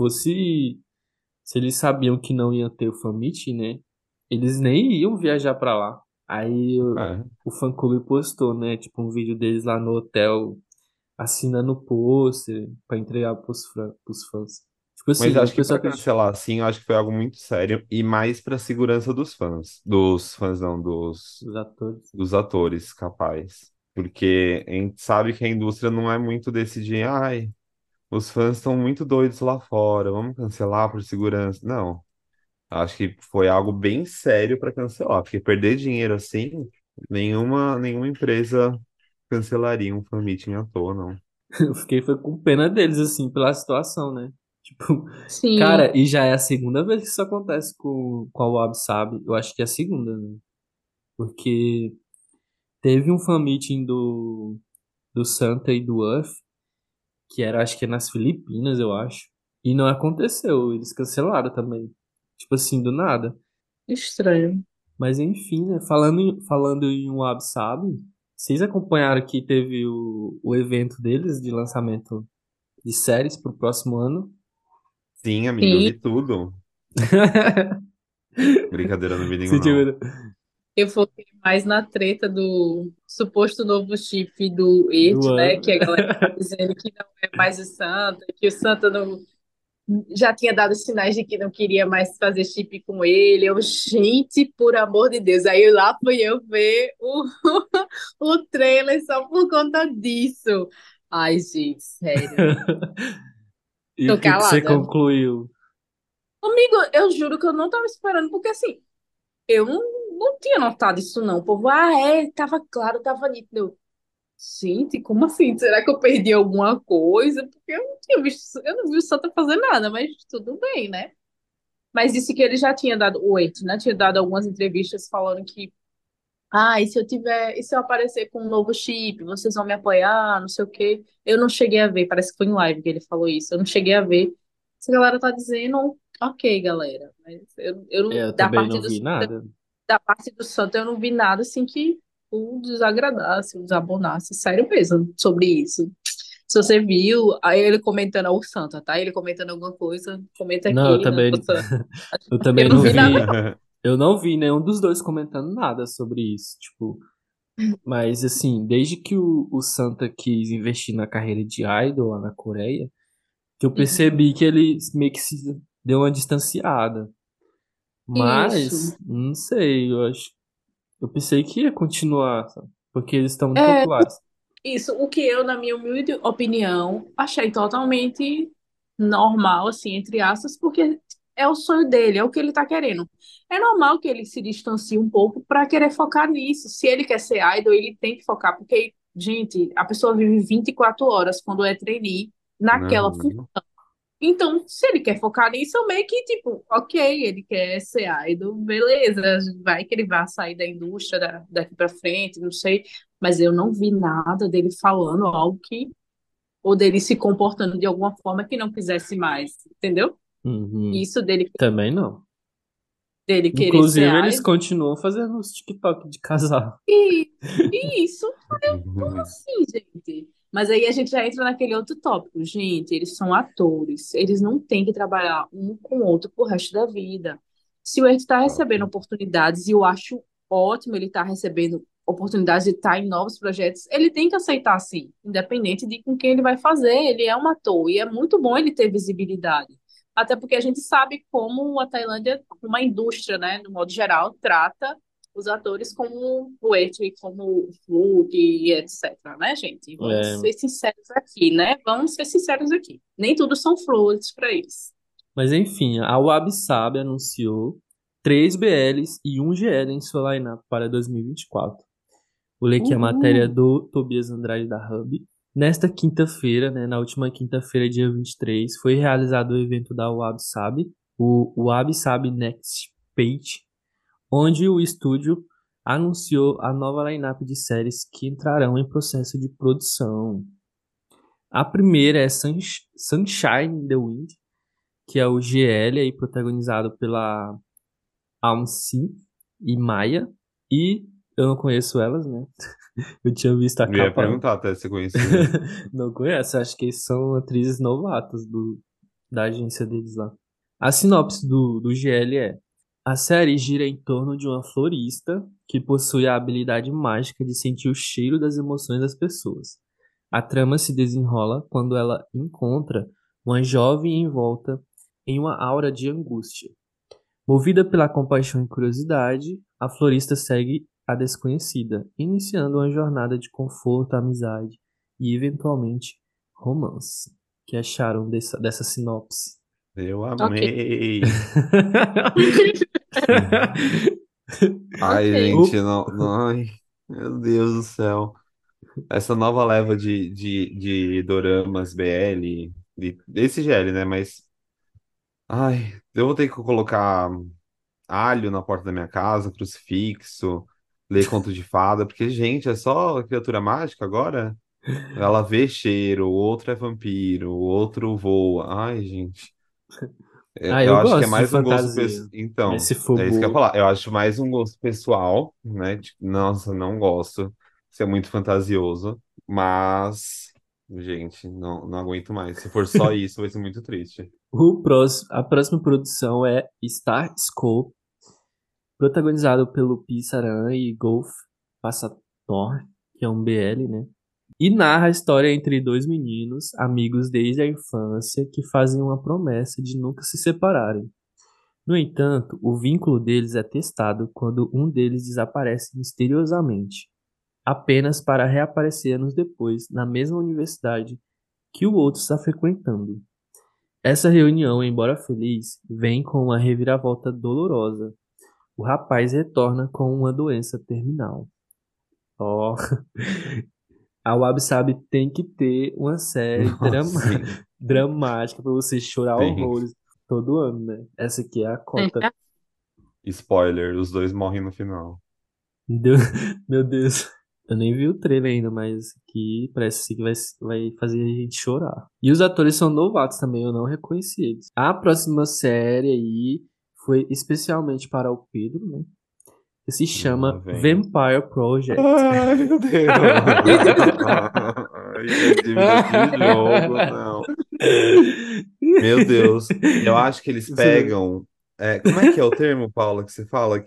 S1: Se eles sabiam que não ia ter o Famit, né? Eles nem iam viajar pra lá. Aí
S2: É.
S1: o fã-clube postou, né? Tipo, um vídeo deles lá no hotel assinando o pôster pra entregar pros fãs. Tipo
S2: Mas
S1: assim, o
S2: acho que
S1: pessoal
S2: para
S1: acredita.
S2: cancelar assim, eu acho que foi algo muito sério e mais para segurança dos fãs. Dos fãs não,
S1: Os atores.
S2: dos atores, capaz. Porque a gente sabe que a indústria não é muito desse de, ai, os fãs estão muito doidos lá fora, vamos cancelar por segurança. Não. Acho que foi algo bem sério para cancelar, porque perder dinheiro assim, nenhuma empresa cancelaria um fan meeting à toa, não.
S1: Eu fiquei foi com pena deles, assim, pela situação, né? Tipo,
S3: sim,
S1: cara, e já é a segunda vez que isso acontece com a Wab, sabe? Eu acho que é a segunda, né? Porque teve um fan meeting do Santa e do Earth, que era, acho que é nas Filipinas, eu acho. E não aconteceu, eles cancelaram também. Tipo assim, do nada.
S3: estranho.
S1: Mas enfim, né? Falando em Wab Sabe, vocês acompanharam que teve o evento deles de lançamento de séries pro próximo ano?
S2: Sim, amiga, eu
S3: Sim,
S2: vi tudo. Brincadeira, não vi nenhum,
S1: Você tinha
S2: não.
S1: medo?
S3: eu foquei mais na treta do suposto novo chip do
S1: Do
S3: It, né?
S1: ano.
S3: Que a galera tá dizendo que não é mais o Santa, que o Santa não, já tinha dado sinais de que não queria mais fazer chip com ele. Eu, gente, por amor de Deus. Aí lá fui eu ver o trailer só por conta disso. Ai, gente, sério.
S1: E o
S3: Tô
S1: que que você
S3: calada.
S1: concluiu?
S3: Amigo, eu juro que eu não tava esperando, porque assim, eu não tinha notado isso, não. O povo, tava claro, tava nítido. Gente, como assim? Será que eu perdi alguma coisa? Porque eu não tinha visto, eu não vi o Santa fazer nada, mas tudo bem, né? Mas disse que ele já tinha dado, o Eight, né? Tinha dado algumas entrevistas falando que, e se eu aparecer com um novo chip, vocês vão me apoiar, não sei o quê. Eu não cheguei a ver, parece que foi em live que ele falou isso. Eu não cheguei a ver. Essa galera tá dizendo, ok, galera. Mas eu
S1: É,
S3: não,
S1: eu também não vi nada.
S3: da parte do Santa, eu não vi nada assim que o desagradasse, o desabonasse. Sério mesmo, sobre isso. Se você viu, aí ele comentando, o Santa, tá? Ele comentando alguma coisa, comenta
S1: Não, eu
S3: aqui, né?
S1: também, eu
S3: Eu
S1: também
S3: não
S1: não
S3: vi nada.
S1: vi. Eu não vi nenhum dos dois comentando nada sobre isso. Tipo, mas assim, desde que o Santa quis investir na carreira de idol lá na Coreia, que eu
S3: Uhum.
S1: percebi que ele meio que se deu uma distanciada.
S3: Isso.
S1: Mas, não sei, eu pensei que ia continuar, sabe? Porque eles estão muito
S3: É,
S1: populares.
S3: isso. O que eu, na minha humilde opinião, achei totalmente normal, assim, entre aspas, porque é o sonho dele, é o que ele tá querendo. É normal que ele se distancie um pouco para querer focar nisso. Se ele quer ser idol, ele tem que focar, porque, gente, a pessoa vive 24 horas quando é trainee naquela
S2: Não.
S3: Então, se ele quer focar nisso, eu meio que, tipo, ok, ele quer ser idol, beleza, vai que ele vai sair da indústria daqui pra frente, não sei, mas eu não vi nada dele falando algo que, ou dele se comportando de alguma forma que não quisesse mais, entendeu?
S1: Uhum.
S3: Isso
S1: Também não.
S3: dele querer ser
S1: Inclusive, eles
S3: idol,
S1: continuam fazendo os TikTok de casal.
S3: e, e isso, como assim, gente? Mas aí a gente já entra naquele outro tópico. Gente, eles são atores. Eles não têm que trabalhar um com o outro pro resto da vida. Se o Ed está recebendo oportunidades, e eu acho ótimo ele estar recebendo oportunidades de estar em novos projetos, ele tem que aceitar sim, independente de com quem ele vai fazer. Ele é um ator e é muito bom ele ter visibilidade. Até porque a gente sabe como a Tailândia, uma indústria, né, no modo geral, trata os atores como o Ed, como o Fluke e etc, né, gente? Vamos
S1: É,
S3: ser sinceros aqui, né? Vamos ser sinceros aqui. Nem tudo são flores para eles.
S1: mas enfim, a Wabi Sabi anunciou 3 BLs e 1 GL em sua lineup para 2024. Vou ler aqui a matéria
S3: Uhul.
S1: do Tobias Andrade da Hub. Nesta quinta-feira, né, na última quinta-feira, dia 23, foi realizado o evento da Wabi Sabi, o Wabi Sabi Next Page, onde o estúdio anunciou a nova lineup de séries que entrarão em processo de produção. A primeira é Sunshine in the Wind, que é o GL aí protagonizado pela Aum Sim e Maya. E eu não conheço elas, né? Eu tinha visto a
S2: Eu ia
S1: capa.
S2: perguntar até se conhecia.
S1: Não conheço, acho que são atrizes novatas da agência deles lá. A sinopse do GL é: a série gira em torno de uma florista que possui a habilidade mágica de sentir o cheiro das emoções das pessoas. A trama se desenrola quando ela encontra uma jovem envolta em uma aura de angústia. Movida pela compaixão e curiosidade, a florista segue a desconhecida, iniciando uma jornada de conforto, amizade e, eventualmente, romance. O que acharam dessa sinopse?
S2: Eu
S3: Ok.
S2: amei. Ai,
S3: Ok.
S2: gente,
S1: O
S2: ai, meu Deus do céu. Essa nova leva de doramas BL, desse GL, né? Mas, ai, eu vou ter que colocar alho na porta da minha casa, crucifixo, ler conto de fada, porque, gente, é só criatura mágica agora? Ela vê cheiro, o outro é vampiro, o outro voa. Ai, gente.
S1: Ah,
S2: Eu
S1: eu
S2: acho que é
S1: gosto de
S2: mais um gosto
S1: fantasia.
S2: pessoal.
S1: Mas
S2: Então,
S1: se for
S2: é isso que eu ia
S1: boa.
S2: falar. Eu acho mais um gosto pessoal, né? Tipo, nossa, não gosto. Isso é muito fantasioso. Mas, gente, não aguento mais. Se for só isso, vai ser muito triste.
S1: A próxima produção é Star Scope, protagonizado pelo Pi Saran e Golf Passator, que é um BL, né? E narra a história entre dois meninos, amigos desde a infância, que fazem uma promessa de nunca se separarem. No entanto, o vínculo deles é testado quando um deles desaparece misteriosamente, apenas para reaparecer anos depois na mesma universidade que o outro está frequentando. Essa reunião, embora feliz, vem com uma reviravolta dolorosa. O rapaz retorna com uma doença terminal. Ó, a Wabi Sabi tem que ter uma série
S2: Nossa, sim,
S1: dramática pra você chorar
S2: tem.
S1: horrores todo ano, né? Essa aqui é a cota.
S2: Spoiler, os dois morrem no final.
S1: Meu, meu Deus. Eu nem vi o trailer ainda, mas esse aqui parece que vai fazer a gente chorar. E os atores são novatos também, eu não reconheci eles. A próxima série aí foi especialmente para o Pedro, né? Que se
S2: Lá
S1: chama
S2: vem.
S1: Vampire Project.
S2: Ai, meu Deus. Isso é dívida de jogo, não. Meu Deus. Eu acho que eles
S1: Você não-
S2: pegam. Como é que é o termo, Paula, que você fala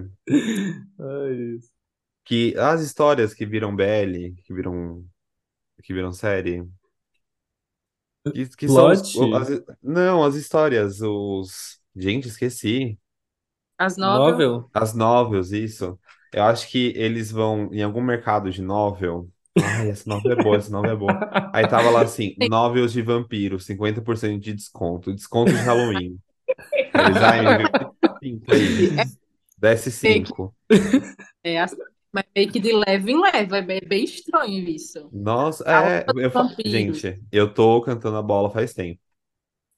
S1: Ai,
S2: que as histórias que viram BL, que viram série, que são
S1: plot,
S2: não, as histórias, gente, esqueci.
S3: As novel,
S1: novel.
S2: As novels, isso. Eu acho que eles vão em algum mercado de novel. Ai, essa novel é boa, essa novel é boa. Aí tava lá assim, novels de vampiro, 50% de desconto, desconto de Halloween. Aí eles, ai, me vê 5 aí,
S3: é
S2: desce
S3: meio que,
S2: 5.
S3: assim, mas meio que de leve em leve, bem estranho isso.
S2: Nossa,
S3: A roupa dos
S2: gente,
S3: vampiros.
S2: eu tô cantando a bola faz tempo.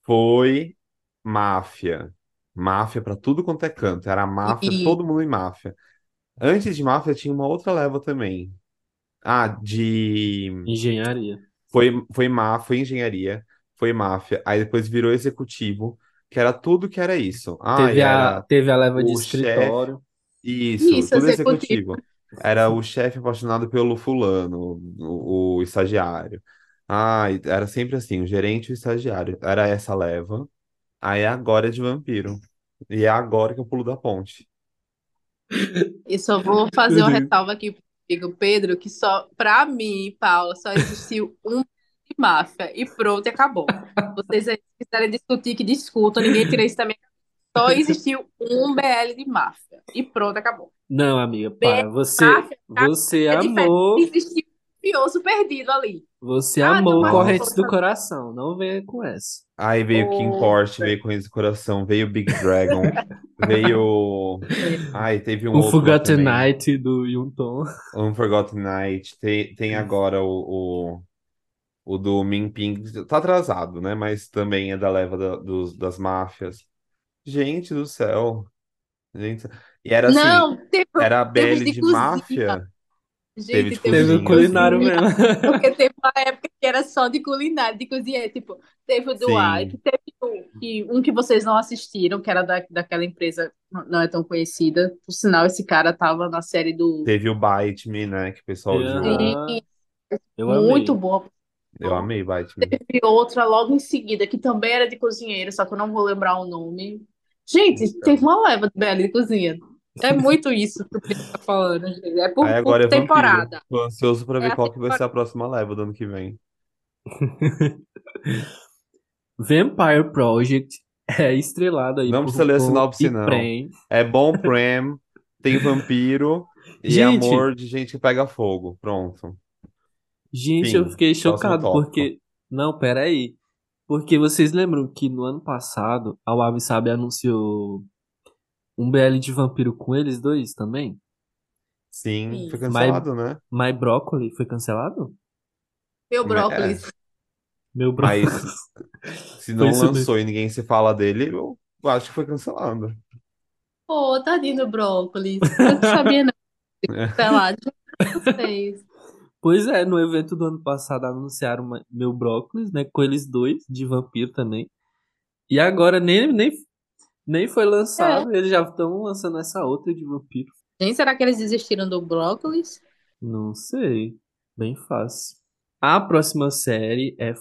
S2: Foi máfia. Máfia pra tudo quanto é canto. Era máfia,
S3: E
S2: todo mundo em máfia. Antes de máfia tinha uma outra leva também. Ah, de.
S1: Engenharia.
S2: Foi engenharia, foi máfia. Aí depois virou executivo, que era tudo que era isso. Ah, e era
S1: Teve a leva de
S2: o chefe.
S1: escritório.
S2: Isso,
S3: isso,
S2: tudo
S3: executivo.
S2: executivo. Era o chefe apaixonado pelo fulano, o estagiário. Ah, e era sempre assim, o gerente e o estagiário. Era essa leva. Aí agora é de vampiro. E é agora que eu pulo da ponte.
S3: E só vou fazer
S1: Meu
S3: uma
S1: Deus.
S3: ressalva aqui pro amigo Pedro, que só, pra mim, Paula, só existiu um de máfia e pronto, e acabou. Vocês aí, se quiserem discutir, que discutam, ninguém tira isso também. Só existiu um BL de máfia e pronto, acabou.
S1: Não, amiga,
S3: BL
S1: para.
S3: de máfia
S1: Você
S3: é diferente de
S1: amou,
S3: existir um mafioso perdido ali.
S1: você
S3: Ah, tem
S1: amou
S3: uma
S1: Correntes do
S2: Nossa.
S3: coisa.
S1: Coração. Não venha com essa.
S2: Aí veio Kim
S3: Ô,
S2: Porsche, veio Correntes do Coração, veio Big Dragon, veio. Ai, teve um
S1: O
S2: outro lá
S1: Forgotten
S2: também.
S1: Night do Yunton.
S2: Unforgotten Night. Tem agora o do Min Ping. Tá atrasado, né? Mas também é da leva das máfias. Gente do céu. Gente. E era assim,
S3: não, teve,
S2: era a
S3: teve os
S2: BL
S3: de
S2: de
S3: cozinha.
S2: máfia. Teve
S3: Gente,
S2: de
S3: teve os
S1: Teve o
S3: de
S2: cozinha,
S1: culinário
S2: assim.
S3: cozinha.
S1: mesmo.
S3: Porque teve uma época que era só de culinária, de cozinha. Tipo, teve o do Ike,
S2: Sim.
S3: teve um que vocês não assistiram, que era daquela empresa, não é tão conhecida. Por sinal, esse cara tava na série do.
S2: Teve o Bite Me, né? Que o pessoal odiou.
S3: E
S1: Aham, eu
S3: muito
S1: amei.
S3: boa.
S2: Eu amei Bite Me.
S3: Teve outra logo em seguida, que também era de cozinheiro, só que eu não vou lembrar o nome. Gente, teve
S2: Então.
S3: uma leva de BL de cozinha. É muito isso que o Pedro tá falando, gente. É
S2: Aí
S3: por
S2: agora é vampiro.
S3: temporada.
S2: Tô ansioso pra
S3: É
S2: ver
S3: a
S2: qual que vai ser
S3: temporada.
S2: a próxima leva do ano que vem.
S1: Vampire Project é estrelado aí
S2: Não precisa
S1: por
S2: ler a
S1: Paul
S2: sinopse,
S1: e
S2: não.
S1: Prem.
S2: É bom Prem, tem vampiro e é
S1: Gente,
S2: amor de gente que pega fogo. Pronto.
S1: gente, eu
S2: Fim.
S1: fiquei
S2: Próximo
S1: chocado
S2: tópico.
S1: porque. Não, pera aí. Porque vocês lembram que no ano passado a Wabi Sabi anunciou um BL de vampiro com eles dois também?
S2: Sim, foi
S3: Sim.
S1: My,
S2: cancelado, né?
S1: My Broccoli foi cancelado?
S3: Meu
S2: É,
S3: brócolis.
S1: Meu
S2: mas
S1: brócolis.
S2: se
S1: Foi
S2: não
S1: isso mesmo.
S2: lançou e ninguém se fala dele, eu acho que foi cancelado.
S3: Pô, tadinho do brócolis. Eu não sabia não, sei lá, de vocês.
S1: Pois é, no evento do ano passado anunciaram Meu Brócolis, né? Com eles dois, de vampiro também. E agora nem foi
S3: É.
S1: lançado, eles já estão lançando essa outra de vampiro.
S3: Gente, será que eles desistiram do brócolis?
S1: Não sei. Bem fácil. A próxima série é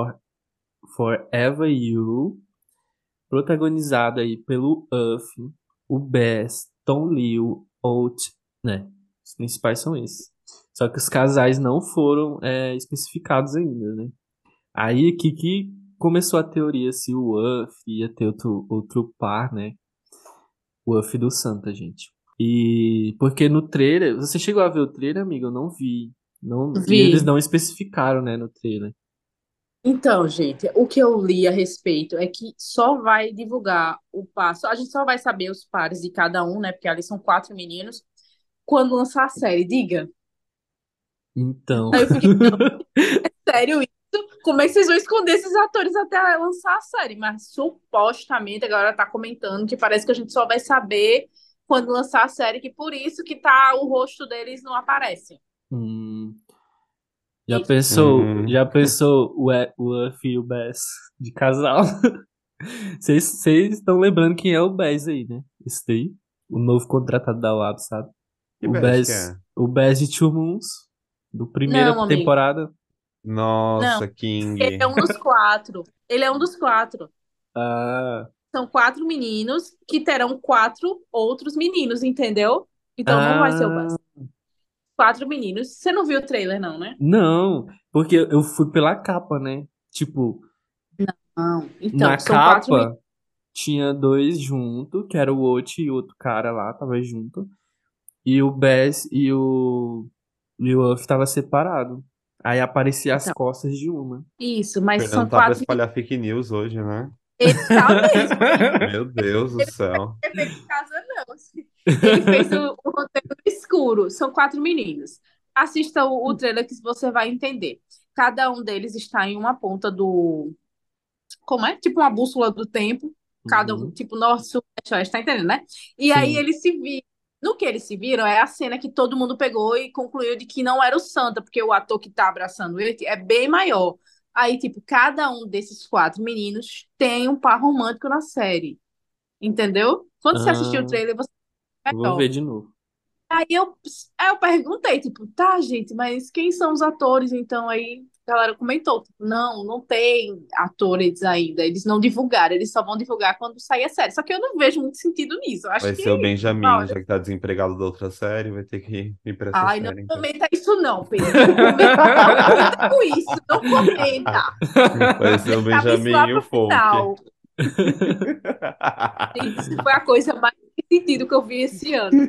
S1: Forever You, protagonizada aí pelo Uff, o Bess, Tom Liu, Out, né? Os principais são esses. Só que os casais não foram especificados ainda, né? Aí aqui que começou a teoria se o Uff ia ter outro par, né? O Uff do Santa, gente. E porque no trailer, você chegou a ver o trailer, amigo? Eu não vi. Não, e eles
S3: Vi.
S1: não especificaram, né, no trailer.
S3: Então, gente, o que eu li a respeito é que só vai divulgar o passo. A gente só vai saber os pares de cada um, né? Porque ali são quatro meninos, quando lançar a série. Diga.
S1: Então,
S3: Aí eu fiquei, não, sério isso? Como é que vocês vão esconder esses atores até lançar a série? Mas supostamente a galera tá comentando que parece que a gente só vai saber quando lançar a série, que por isso que tá o rosto deles não aparece.
S1: hum, já
S3: Enfim.
S1: pensou,
S2: Hum,
S1: já pensou o Uff e o Bess de casal? Vocês estão lembrando quem é o Bess aí, né? Esse daí, o novo contratado da UAB, sabe?
S2: que
S1: O
S2: bad que
S1: Bess,
S2: é?
S1: o Bess de Two Moons, do primeira
S3: Não, amigo.
S1: temporada.
S3: Não.
S2: Nossa,
S3: Ele é
S2: King.
S3: um dos quatro. Ele é um dos quatro.
S1: Ah,
S3: São quatro meninos que terão quatro outros meninos, entendeu? Então não vai ser o
S1: ah,
S3: Buzz. Quatro meninos. Você não viu o trailer, não, né?
S1: não, porque eu fui pela capa, né? Tipo,
S3: Não.
S1: na
S3: Então, são quatro meninos.
S1: capa tinha dois junto, que era o Oti e outro cara lá, tava junto. E o Bess e o Uff tava separado. Aí aparecia as
S3: Então,
S1: costas de uma.
S3: isso, mas são
S2: Fernando tá pra
S3: quatro meninos.
S2: espalhar fake news hoje, né?
S3: Ele tá mesmo.
S2: Meu Deus do céu.
S3: Ele fez em casa, não. Ele fez o roteiro no escuro. São quatro meninos. Assista o trailer que você vai entender. Cada um deles está em uma ponta como é? Tipo uma bússola do tempo, cada um,
S1: Uhum.
S3: tipo norte, sul, leste, oeste, tá entendendo, né? E aí
S1: Sim.
S3: eles se viram. No que eles se viram é a cena que todo mundo pegou e concluiu de que não era o Santa, porque o ator que tá abraçando ele é bem maior. Aí, tipo, cada um desses quatro meninos tem um par romântico na série, entendeu? Quando você assistiu o
S1: Ah,
S3: trailer, você é
S1: eu vou
S3: melhor.
S1: ver de novo.
S3: Aí eu perguntei, tipo, tá, gente, mas quem são os atores? Então aí a galera comentou, tipo, não tem atores ainda. Eles não divulgaram, eles só vão divulgar quando sair a série. Só que eu não vejo muito sentido nisso. Eu acho
S2: Vai
S3: que,
S2: ser o
S3: na
S2: Benjamin,
S3: hora.
S2: já que tá desempregado da outra série, vai ter que ir pra essa
S3: Ai, não
S2: série, então.
S3: comenta isso não, Pedro. Não comenta, não comenta com isso, não comenta.
S2: Vai ser o
S3: Deixa isso lá
S2: Benjamin e o
S3: pro
S2: Folk.
S3: final. Gente, isso foi a coisa mais sem sentido que eu vi esse ano.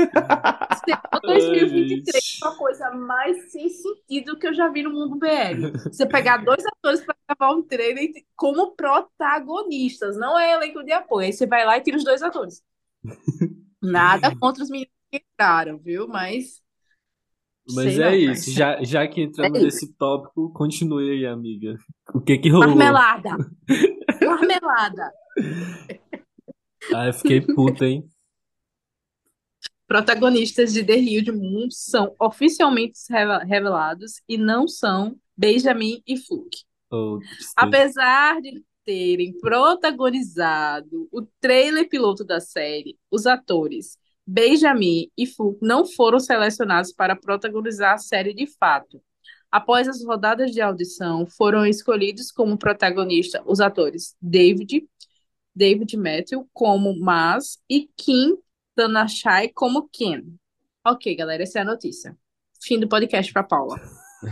S1: Ai,
S3: 2023
S1: gente.
S3: é uma coisa mais sem sentido que eu já vi no mundo BL. Você pegar dois atores para gravar um trailer como protagonistas, não é elenco de apoio. Aí você vai lá e tira os dois atores. Nada contra os meninos que entraram, viu? Mas
S1: Mas
S3: sei
S1: é
S3: não, velho.
S1: isso. Já que entramos
S3: É isso.
S1: nesse tópico, continue aí, amiga. O que que rolou?
S3: Marmelada. Marmelada.
S1: Ah, eu fiquei puta, hein?
S3: Protagonistas de The Real Moon são oficialmente revelados e não são Benjamin e Fluke.
S1: Oh, tristeza.
S3: Apesar de terem protagonizado o trailer piloto da série, os atores Benjamin e Fu não foram selecionados para protagonizar a série de fato. Após as rodadas de audição, foram escolhidos como protagonista os atores David Matthew como Mas e Kim Danashai como Ken. Ok, galera, essa é a notícia. Fim do podcast para Paula.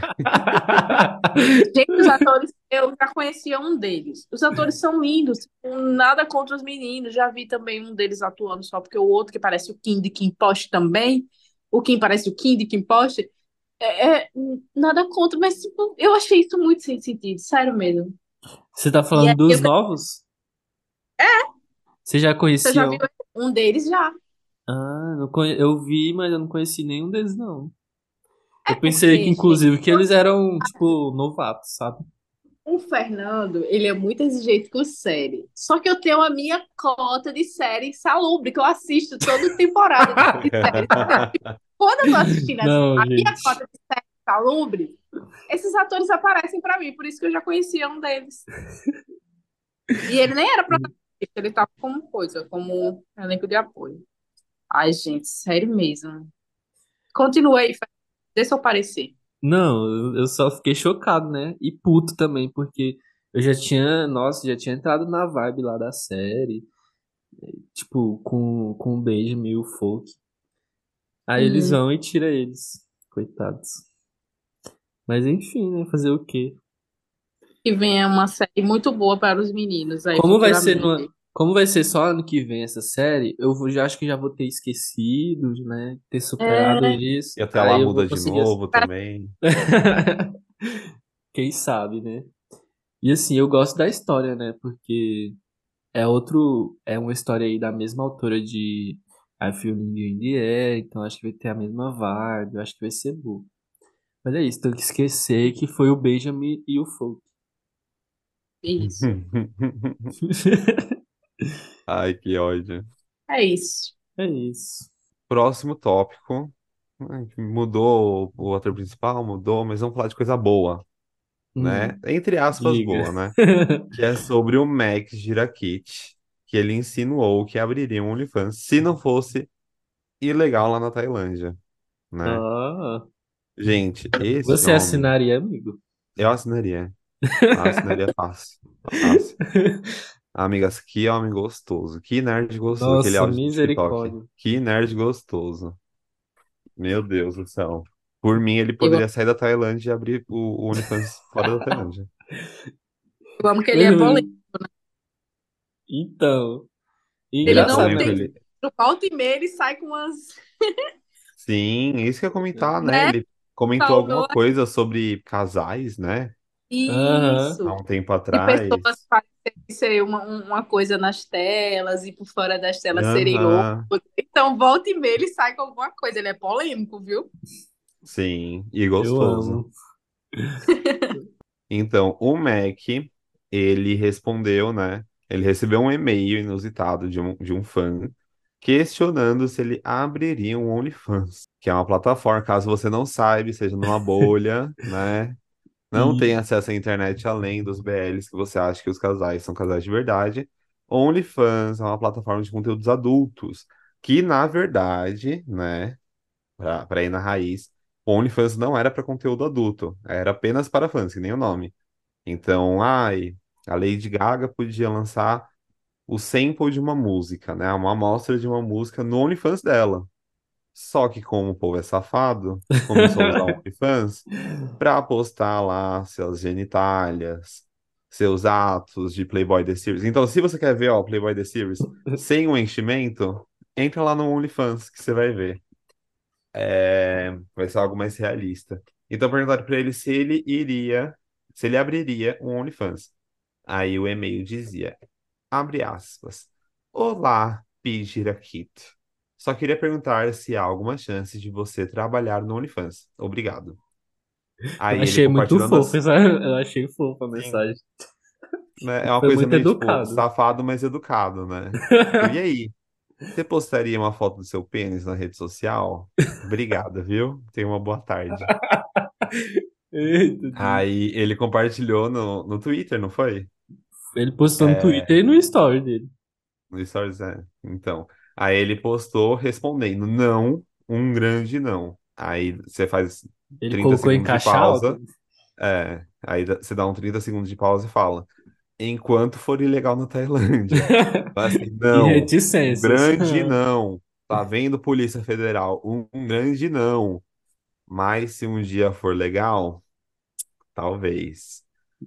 S3: Gente, os atores, eu já conhecia um deles. Os atores são lindos, nada contra os meninos. Já vi também um deles atuando só porque o outro, que parece o Kim de Kim Post também. O Kim parece o Kim de Kim Post. Nada contra, mas tipo, eu achei isso muito sem sentido, sério mesmo.
S1: Você tá
S3: E
S1: falando
S3: aí
S1: dos novos? Você já
S3: você já
S1: conhecia?
S3: viu um deles já.
S1: Ah, eu vi, mas eu não conheci nenhum deles, não.
S3: É
S1: Eu pensei que,
S3: porque, gente,
S1: inclusive, que eles eram, tipo, novatos, sabe?
S3: o Fernando, ele é muito exigente com série. Só que eu tenho a minha cota de série insalubre, que eu assisto toda temporada de série. Quando eu tô assistindo
S1: Não,
S3: a minha
S1: gente.
S3: cota de série insalubre, esses atores aparecem pra mim, por isso que eu já conhecia um deles. E ele nem era protagonista, ele tava como coisa, como elenco de apoio. Ai, gente, sério mesmo. Continua aí, Fernando. Dê seu parecer.
S1: Não, eu só fiquei chocado, né? E puto também, porque eu já tinha, nossa, já tinha entrado na vibe lá da série, tipo, com o Benjamin e o Folk. Aí eles
S3: Uhum.
S1: vão e tira eles, coitados. Mas enfim, né? Fazer o quê?
S3: Que venha uma série muito boa para os meninos aí
S1: Como vai ser
S3: futuramente.
S1: como vai ser só ano que vem essa série, já acho que já vou ter esquecido, né? Ter superado
S3: É,
S1: isso.
S2: E até lá
S1: Aí eu vou
S2: muda de
S1: conseguir.
S2: novo também.
S1: Quem sabe, né? E assim, eu gosto da história, né? Porque é uma história aí da mesma autora de I Feel Ninja in the Air, então acho que vai ter a mesma vibe, eu acho que vai ser bom. Mas é isso, tenho que esquecer que foi o Benjamin e o Folk.
S3: isso.
S2: Ai, que ódio.
S3: É isso.
S1: É isso.
S2: Próximo tópico. Ai, mudou o ator principal, mudou, mas vamos falar de coisa boa, né? Entre aspas,
S1: Diga.
S2: boa, né? Que é sobre o Max Jirakit, que ele insinuou que abriria um OnlyFans se não fosse ilegal lá na Tailândia, né?
S1: Ah,
S2: Gente, esse
S1: você
S2: homem,
S1: assinaria, amigo?
S2: eu assinaria. Assinaria fácil. Fácil. Amigas, que homem gostoso. Que nerd gostoso. Aquele
S1: Nossa,
S2: áudio do TikTok.
S1: misericórdia.
S2: Que nerd gostoso. Meu Deus do céu. Por mim, ele
S3: Eu,
S2: poderia sair da Tailândia e abrir o OnlyFans fora da Tailândia.
S3: eu amo que ele é polêmico.
S1: Então,
S3: Ele
S2: Ele é
S3: não
S1: engraçado,
S2: polêmico,
S3: tem.
S1: né?
S2: ele.
S3: No volta e meia, ele sai com umas.
S2: Sim, isso que eu ia comentar, né?
S3: Né?
S2: Ele comentou alguma
S3: Falou
S2: coisa sobre casais, né?
S1: Aham.
S2: Há
S3: isso.
S2: um tempo
S3: De pessoas
S2: atrás.
S3: parecerem ser uma coisa nas telas e por fora das telas serem outras.
S2: Aham.
S3: Então, volta e meia, ele sai com alguma coisa. Ele é polêmico, viu?
S2: Sim, e
S1: Eu
S2: gostoso.
S1: amo.
S2: Então, o Mac. ele respondeu, né? Ele recebeu um e-mail inusitado de um fã questionando se ele abriria um OnlyFans, que é uma plataforma, caso você não saiba, seja numa bolha, né? Não tem
S1: E
S2: acesso à internet além dos BLs que você acha que os casais são casais de verdade. OnlyFans é uma plataforma de conteúdos adultos, que na verdade, né, para ir na raiz, o OnlyFans não era para conteúdo adulto, era apenas para fãs, que nem o nome. Então, a Lady Gaga podia lançar o sample de uma música, né, uma amostra de uma música no OnlyFans dela. Só que como o povo é safado, começou a usar o OnlyFans para postar lá suas genitálias, seus atos de Playboy The Series. Então, se você quer ver, ó, Playboy The Series sem o enchimento, entra lá no OnlyFans que você vai ver. Vai ser algo mais realista. Então, perguntaram para ele se ele abriria um OnlyFans. Aí o e-mail dizia, abre aspas, Olá, Pijirakito. Só queria perguntar se há alguma chance de você trabalhar no OnlyFans. Obrigado.
S1: eu
S2: Aí ele
S1: achei muito
S2: compartilhando
S1: fofo,
S2: as.
S1: sabe? Eu achei fofa a
S2: Sim,
S1: mensagem.
S2: né? É uma
S1: Foi
S2: coisa
S1: muito
S2: meio tipo
S1: educado.
S2: safado, mas educado, né? Tipo, e aí? Você postaria uma foto do seu pênis na rede social? Obrigado, viu? Tenha uma boa tarde.
S1: Eita, Deus.
S2: Aí ele compartilhou no Twitter, não foi?
S1: Ele postou no
S2: É,
S1: Twitter e no story dele.
S2: no Stories, é. Então. Aí ele postou respondendo, não, um grande não. Aí você faz
S1: Ele
S2: 30
S1: colocou em
S2: segundos de
S1: caixa alta.
S2: pausa. Aí você dá um 30 segundos de pausa e fala. Enquanto for ilegal na Tailândia. Fala assim,
S1: E
S2: não, um
S1: reticências.
S2: grande não. Tá vendo, Polícia Federal? Um grande não. Mas se um dia for legal, talvez.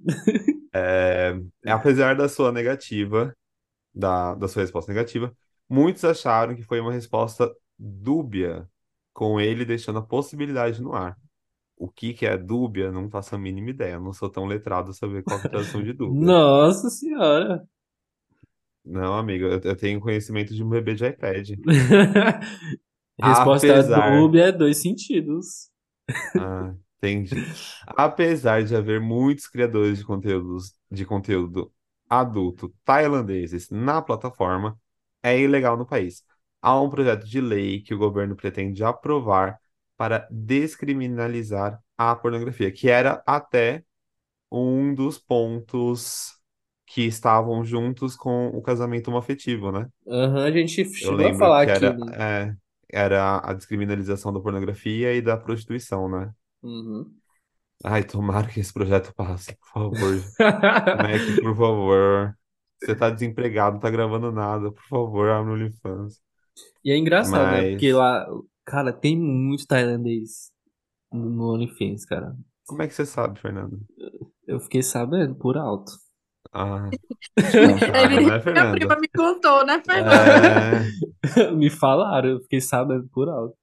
S2: Apesar da sua negativa, da sua resposta negativa, muitos acharam que foi uma resposta dúbia, com ele deixando a possibilidade no ar. O que que é dúbia, não faço a mínima ideia. Não sou tão letrado a saber qual que é a tradução de dúbia.
S1: Nossa senhora.
S2: Não, amigo, eu tenho conhecimento de um bebê de iPad.
S1: Resposta
S2: Apesar.
S1: dúbia, dois sentidos.
S2: Entendi. Apesar de haver muitos criadores de conteúdo adulto tailandeses na plataforma, é ilegal no país. Há um projeto de lei que o governo pretende aprovar para descriminalizar a pornografia, que era até um dos pontos que estavam juntos com o casamento homoafetivo, né?
S1: Aham, a gente
S2: Eu
S1: chegou a
S2: lembro
S1: falar
S2: que
S1: aqui,
S2: era,
S1: né?
S2: é, era a descriminalização da pornografia e da prostituição, né?
S1: Uhum.
S2: Ai, tomara que esse projeto passe, por favor. Mac, por favor. Você tá desempregado, não tá gravando nada, por favor, abre o OnlyFans.
S1: E é engraçado, né? Porque
S2: Mas,
S1: lá, cara, tem muito tailandês no OnlyFans, cara.
S2: como é que você sabe, Fernando?
S1: Eu fiquei sabendo por alto.
S2: Ah, não sabe,
S3: Ele,
S2: né,
S3: minha
S2: Fernanda?
S3: prima me contou, né, Fernanda?
S2: É,
S1: Me falaram, eu fiquei sabendo por alto.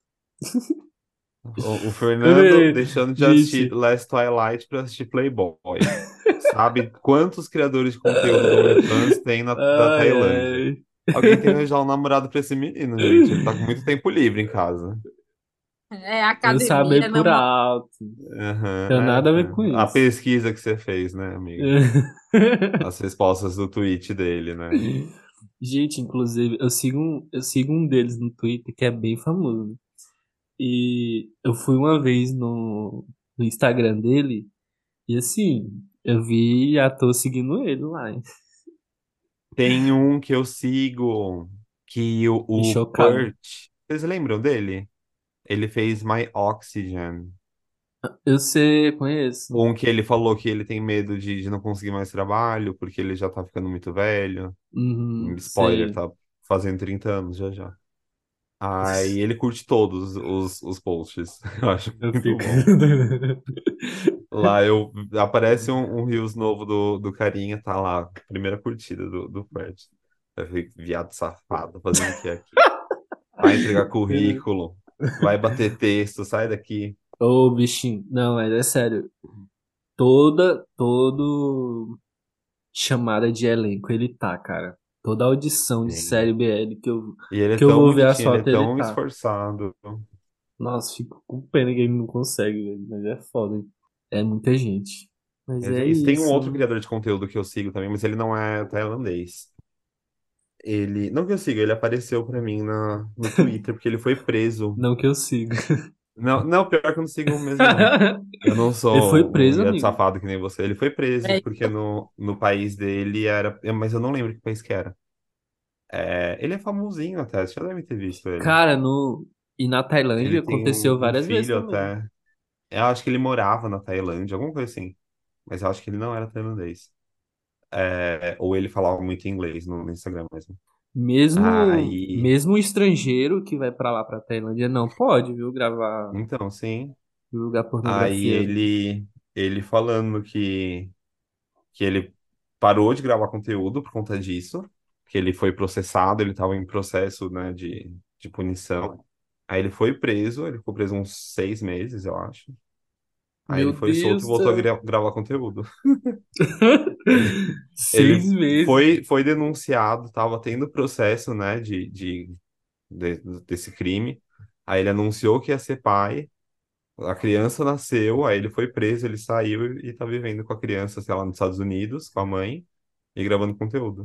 S2: o Fernando deixando de assistir
S1: Gente,
S2: Last Twilight pra assistir Playboy. Sabe quantos criadores de conteúdo do OnlyFans tem da
S1: ai,
S2: Tailândia?
S1: ai.
S2: Alguém tem que arranjar um namorado pra esse menino, gente. Ele tá com muito tempo livre em casa.
S3: É
S1: Eu
S3: academia,
S1: sabia por
S3: não.
S1: alto.
S2: Aham,
S1: Tem nada a ver com
S2: a
S1: isso.
S2: pesquisa que você fez, né, amiga? As respostas do tweet dele, né?
S1: Gente, inclusive, eu sigo um deles no Twitter que é bem famoso, né? E eu fui uma vez no Instagram dele e assim, eu vi e já tô seguindo ele lá, hein?
S2: Tem um que eu sigo que
S1: E
S2: o
S1: chocado.
S2: Pert, vocês lembram dele? Ele fez My Oxygen.
S1: Eu sei, conheço.
S2: Um que ele falou que ele tem medo de não conseguir mais trabalho porque ele já tá ficando muito velho.
S1: Uhum,
S2: Spoiler,
S1: sei.
S2: tá fazendo 30 anos já já. Aí ele curte todos os posts. Eu acho
S1: Eu
S2: muito
S1: fico.
S2: bom. Lá aparece um Reels novo do carinha, tá lá, primeira curtida do Pert. Eu fico, viado safado, fazendo o que aqui? Vai entregar currículo, vai bater texto, sai daqui.
S1: Ô, bichinho. Não, mas é sério. Todo chamada de elenco ele tá, cara. Toda audição de série
S2: Sim.
S1: BL
S2: E ele é
S1: que eu
S2: tão
S1: vou ver as
S2: bonitinho, ele é
S1: fotos, ele
S2: tão
S1: tá.
S2: esforçado.
S1: Nossa, fico com pena que ele não consegue, velho. Mas é foda, hein? É muita gente. Mas é
S2: Esse tem um outro
S1: isso.
S2: criador de conteúdo que eu sigo também, mas ele não é tailandês. Ele, não que eu siga, ele apareceu pra mim no Twitter, porque ele foi preso.
S1: Não que eu siga.
S2: Não, não, pior que eu não sigo mesmo, não. Eu não
S1: Ele foi
S2: sou um
S1: preso,
S2: gato
S1: amigo.
S2: safado que nem você. Ele foi preso,
S3: É,
S2: porque no país dele era. Mas eu não lembro que país que era. É, ele é famosinho até, você já deve ter visto ele.
S1: Cara, no... E na Tailândia
S2: Ele tem
S1: aconteceu
S2: um
S1: várias vezes
S2: filho
S1: também.
S2: até. Eu acho que ele morava na Tailândia, alguma coisa assim. Mas eu acho que ele não era tailandês. É, ou ele falava muito inglês no Instagram mesmo. Aí.
S1: Mesmo o estrangeiro que vai pra lá, pra Tailândia, não pode, viu, gravar,
S2: Então, sim.
S1: divulgar
S2: Aí
S1: pornografia.
S2: ele falando que ele parou de gravar conteúdo por conta disso, que ele foi processado, ele estava em processo, né, de punição. Aí ele foi preso, ele ficou preso uns 6 meses, eu acho. Aí
S1: Meu
S2: ele foi solto e
S1: Deus do
S2: voltou a
S1: céu.
S2: gravar conteúdo. Ele,
S1: Seis
S2: ele
S1: meses.
S2: foi denunciado, estava tendo processo, né, desse crime. Aí ele anunciou que ia ser pai. A criança nasceu, aí ele foi preso, ele saiu e tá vivendo com a criança, sei lá, nos Estados Unidos, com a mãe, e gravando conteúdo.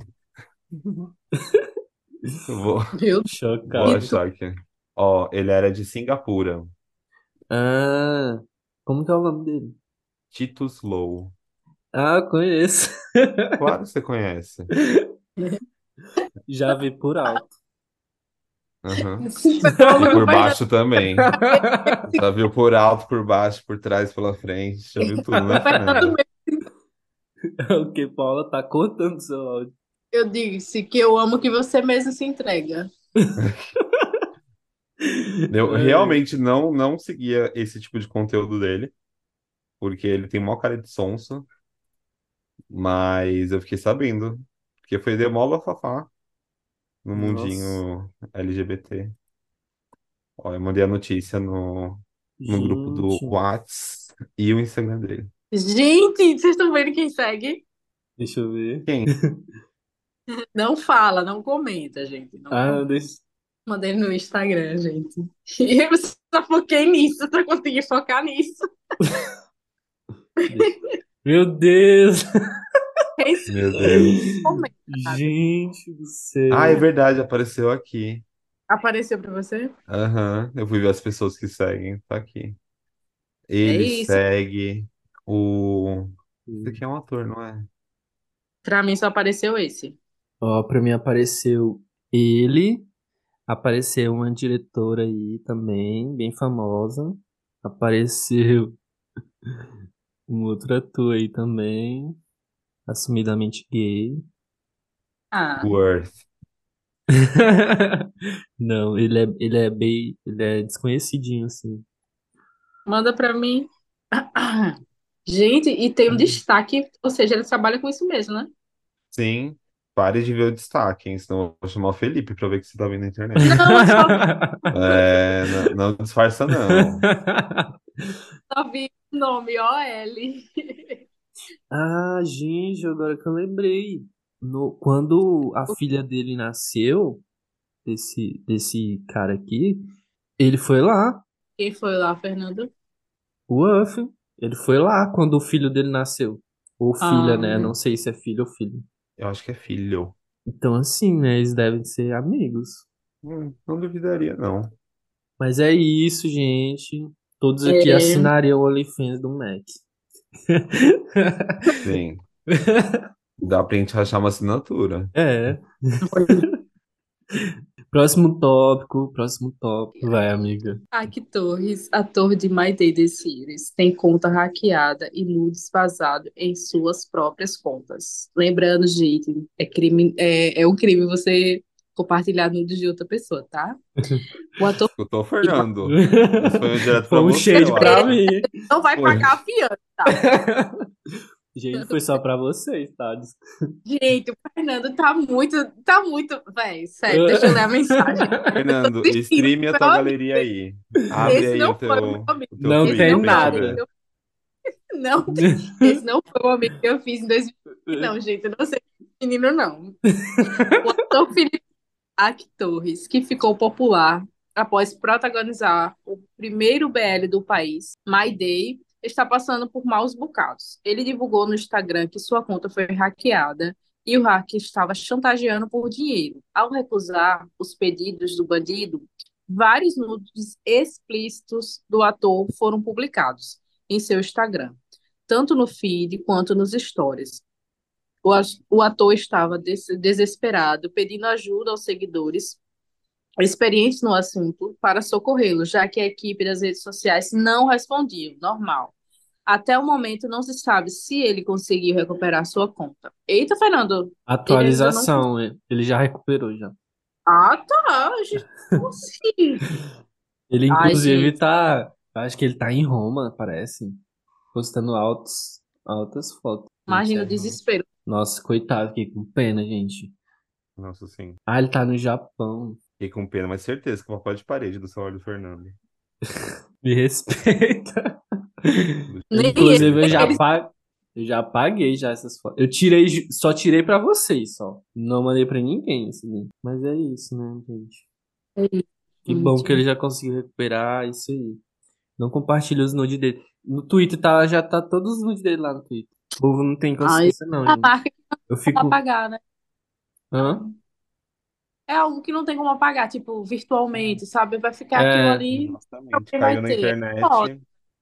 S2: Eu
S3: meu
S2: vou
S3: Deus.
S1: Chocado.
S2: achar aqui. Ó, ele era de Singapura.
S1: Ah, como que é o nome dele?
S2: Titus Low.
S1: Ah, conheço.
S2: Claro que você conhece.
S1: Já vi por alto.
S2: Aham. E
S3: Fenômeno que o
S2: por
S3: Fernando
S2: baixo também. Já viu por alto, por baixo, por trás, pela frente. Já viu tudo, né, Fernanda?
S1: O que, Paula? Tá cortando seu áudio.
S3: eu disse que eu amo que você mesmo se entrega.
S2: Eu
S1: Ai,
S2: realmente não seguia esse tipo de conteúdo dele, porque ele tem mó cara de sonso, mas eu fiquei sabendo, porque foi de mó bafafá no
S1: nossa.
S2: mundinho LGBT. Ó, eu mandei a notícia no grupo do
S1: Gente.
S2: Whats e o Instagram dele.
S3: Gente, vocês estão vendo quem segue?
S1: Deixa eu ver.
S2: Quem?
S3: Não fala, não comenta, gente. Não
S1: Ah,
S3: comenta.
S1: deixa...
S3: Mandei no Instagram, gente. E eu só foquei nisso, só consegui focar nisso.
S1: Meu Deus!
S3: Quem segue,
S2: Meu Deus.
S3: comenta.
S1: Gente do
S2: Ah, é
S1: céu.
S2: verdade, apareceu aqui.
S3: Apareceu pra você?
S2: Aham, eu fui ver as pessoas que seguem, tá aqui.
S3: É
S2: Ele
S3: isso.
S2: segue o. Esse aqui é um ator, não é?
S3: Pra mim só apareceu esse.
S1: Ó, pra mim apareceu ele, apareceu uma diretora aí também, bem famosa. Apareceu um outro ator aí também, assumidamente gay.
S3: Ah,
S2: Worth.
S1: Não, ele é desconhecidinho, assim.
S3: manda pra mim. Gente, e tem um destaque, ou seja, ele trabalha com isso mesmo, né?
S2: Sim, pare de ver o destaque, hein? Senão eu vou chamar o Felipe pra ver o que você tá vendo na internet.
S3: Não, eu só,
S2: É, não, não disfarça, não.
S3: só vi o nome, OL.
S1: Ah, gente, agora que eu lembrei. Quando a filha dele nasceu, desse cara aqui, ele foi lá,
S3: Quem foi lá, Fernando?
S1: o Uff, ele foi lá quando o filho dele nasceu. Ou filha, né?
S3: Ah,
S1: Não sei se é filho ou filho.
S2: Eu acho que é filho.
S1: Então, assim, né? Eles devem ser amigos.
S2: Não duvidaria, não.
S1: Mas é isso, gente. Todos aqui
S3: é,
S1: assinariam o OnlyFans do Mac.
S2: Sim, dá pra gente achar uma assinatura.
S1: É. Próximo tópico, próximo tópico. Vai, amiga.
S3: Ike Torres, ator de My Day The Series, tem conta hackeada e nudes vazado em suas próprias contas. Lembrando, gente, é um crime você compartilhar nudes de outra pessoa, tá? O ator
S2: Escutou, Fernando? Esse foi um direto
S1: Foi
S2: pra
S1: um
S2: você,
S1: shade
S2: eu
S1: pra
S2: acho.
S1: mim.
S3: não vai
S2: Foi.
S3: pagar a fiança, tá?
S1: Gente, foi só pra vocês, tá?
S3: Gente, o Fernando tá muito, véi, sério, deixa eu ler a mensagem.
S2: Fernando,
S3: Desistindo,
S2: streame a
S3: meu
S2: tua
S3: amigo.
S2: galeria aí. Abre
S3: Esse
S2: aí
S3: não foi o meu amigo.
S2: o teu
S1: Não
S3: Esse
S2: Twitter
S1: tem
S3: não
S2: pra
S3: foi o
S2: gente
S3: amigo que
S2: ver.
S1: nada.
S3: eu não, esse não foi o amigo que eu fiz em 2020, não, gente. Eu não sei esse menino, não. O ator Felipe Ak Torres, que ficou popular após protagonizar o primeiro BL do país, My Day, está passando por maus bocados. Ele divulgou no Instagram que sua conta foi hackeada e o hacker estava chantageando por dinheiro. Ao recusar os pedidos do bandido, vários nudes explícitos do ator foram publicados em seu Instagram, tanto no feed quanto nos stories. O ator estava desesperado, pedindo ajuda aos seguidores experientes no assunto para socorrê-lo, já que a equipe das redes sociais não respondia, normal. Até o momento não se sabe se ele conseguiu recuperar sua conta. Eita, Fernando, ele ainda não.
S1: Atualização, ele já recuperou já.
S3: Ah, tá. Gente, como assim?
S1: Ele,
S3: Ai,
S1: inclusive,
S3: gente,
S1: tá. Acho que ele tá em Roma, parece. Postando altas fotos. Gente,
S3: imagina o desespero.
S1: nossa, coitado, fiquei com pena, gente.
S2: Nossa, sim.
S1: Ah, ele tá no Japão.
S2: Fiquei com pena, mas certeza que é o papel de parede do celular do Fernando.
S1: Me respeita.
S3: Nem
S1: Inclusive,
S3: ele.
S1: eu já apaguei já essas fotos. Eu tirei, só tirei pra vocês, só. Não mandei pra ninguém esse link. Mas é isso, né, gente? Que bom que ele
S3: Gente,
S1: já conseguiu recuperar isso aí. Não compartilhe os nudes dele. No Twitter já tá todos os nudes dele lá no Twitter. O povo não tem
S3: ai,
S1: consciência, não,
S3: a
S1: gente.
S3: marca
S1: Eu
S3: não como
S1: fico.
S3: apagar, né?
S1: Hã?
S3: É algo que não tem como apagar, tipo, virtualmente, sabe? Vai ficar aquilo
S1: É,
S3: ali,
S2: Exatamente.
S3: alguém vai
S2: Caiu na
S3: ter. Pode.
S2: internet,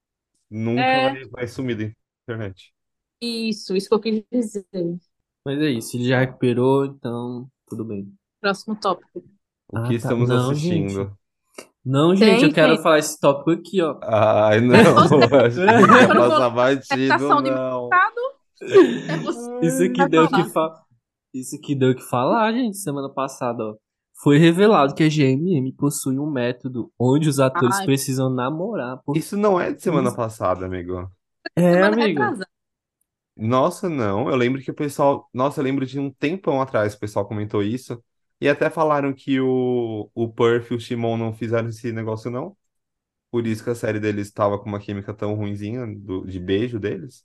S2: nunca
S3: É
S2: vai sumir da internet.
S3: isso que eu quis dizer.
S1: mas é isso. Ele já recuperou, então tudo bem.
S3: Próximo tópico.
S2: O
S1: Ah,
S2: que
S1: tá.
S2: estamos
S1: Não, gente.
S2: assistindo?
S1: Não, gente, eu
S3: Tem,
S1: quero
S3: gente.
S1: falar esse tópico aqui, ó.
S2: Ai,
S3: Você
S2: não, acho que podia
S3: quando for
S2: passar batido,
S3: estação de
S2: não.
S3: mercado, é você
S1: Isso
S3: que
S1: aqui
S3: vai
S1: deu o que
S3: falar.
S1: fa... Isso aqui deu o que falar, gente, semana passada, ó. Foi revelado que a GMM possui um método onde os atores
S3: Ai,
S1: precisam namorar por
S2: Isso não é de semana
S1: 15...
S2: passada, amigo.
S1: É,
S3: semana
S1: amigo.
S3: retrasada.
S2: Nossa, não. Eu lembro que o pessoal. Nossa, eu lembro de um tempão atrás o pessoal comentou isso. E até falaram que o Perth e o Shimon não fizeram esse negócio, não. Por isso que a série deles estava com uma química tão ruinzinha de beijo deles.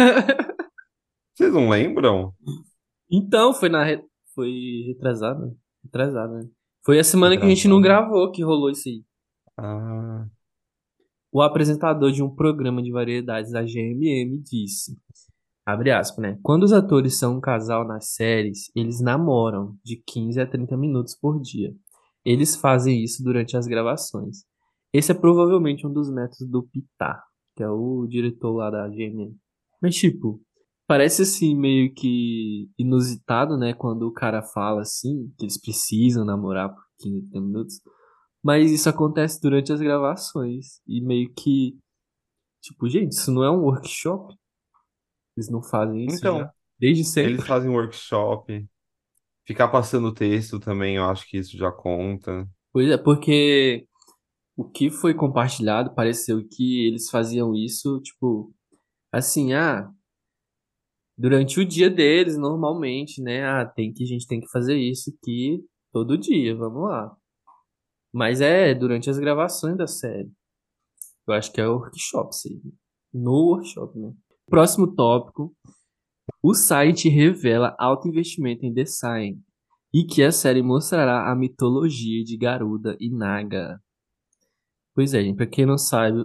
S2: Vocês não lembram?
S1: Então, foi retrasado, retrasado, né? Foi a semana que a gente não
S2: Retrasado.
S1: gravou que rolou isso aí.
S2: Ah,
S1: O apresentador de um programa de variedades da GMM disse, abre aspas, né? Quando os atores são um casal nas séries, eles namoram de 15 a 30 minutos por dia. Eles fazem isso durante as gravações. Esse é provavelmente um dos métodos do Pitar, que é o diretor lá da GMM. Mas, tipo, parece assim meio que inusitado, né? Quando o cara fala assim, que eles precisam namorar por 15 a 30 minutos. Mas isso acontece durante as gravações. E meio que, tipo, gente, isso não é um workshop? Eles não fazem isso já
S2: então,
S1: desde
S2: eles
S1: sempre.
S2: fazem workshop. Ficar passando texto também, eu acho que isso já conta.
S1: Pois é, porque o que foi compartilhado pareceu que eles faziam isso, tipo, assim, durante o dia deles, normalmente, né? A gente tem que fazer isso aqui todo dia, vamos lá. Mas é durante as gravações da série. Eu acho que é o workshop, isso aí. No workshop, né? Próximo tópico. O site revela alto investimento em design e que a série mostrará a mitologia de Garuda e Naga. Pois é, gente, pra quem não sabe,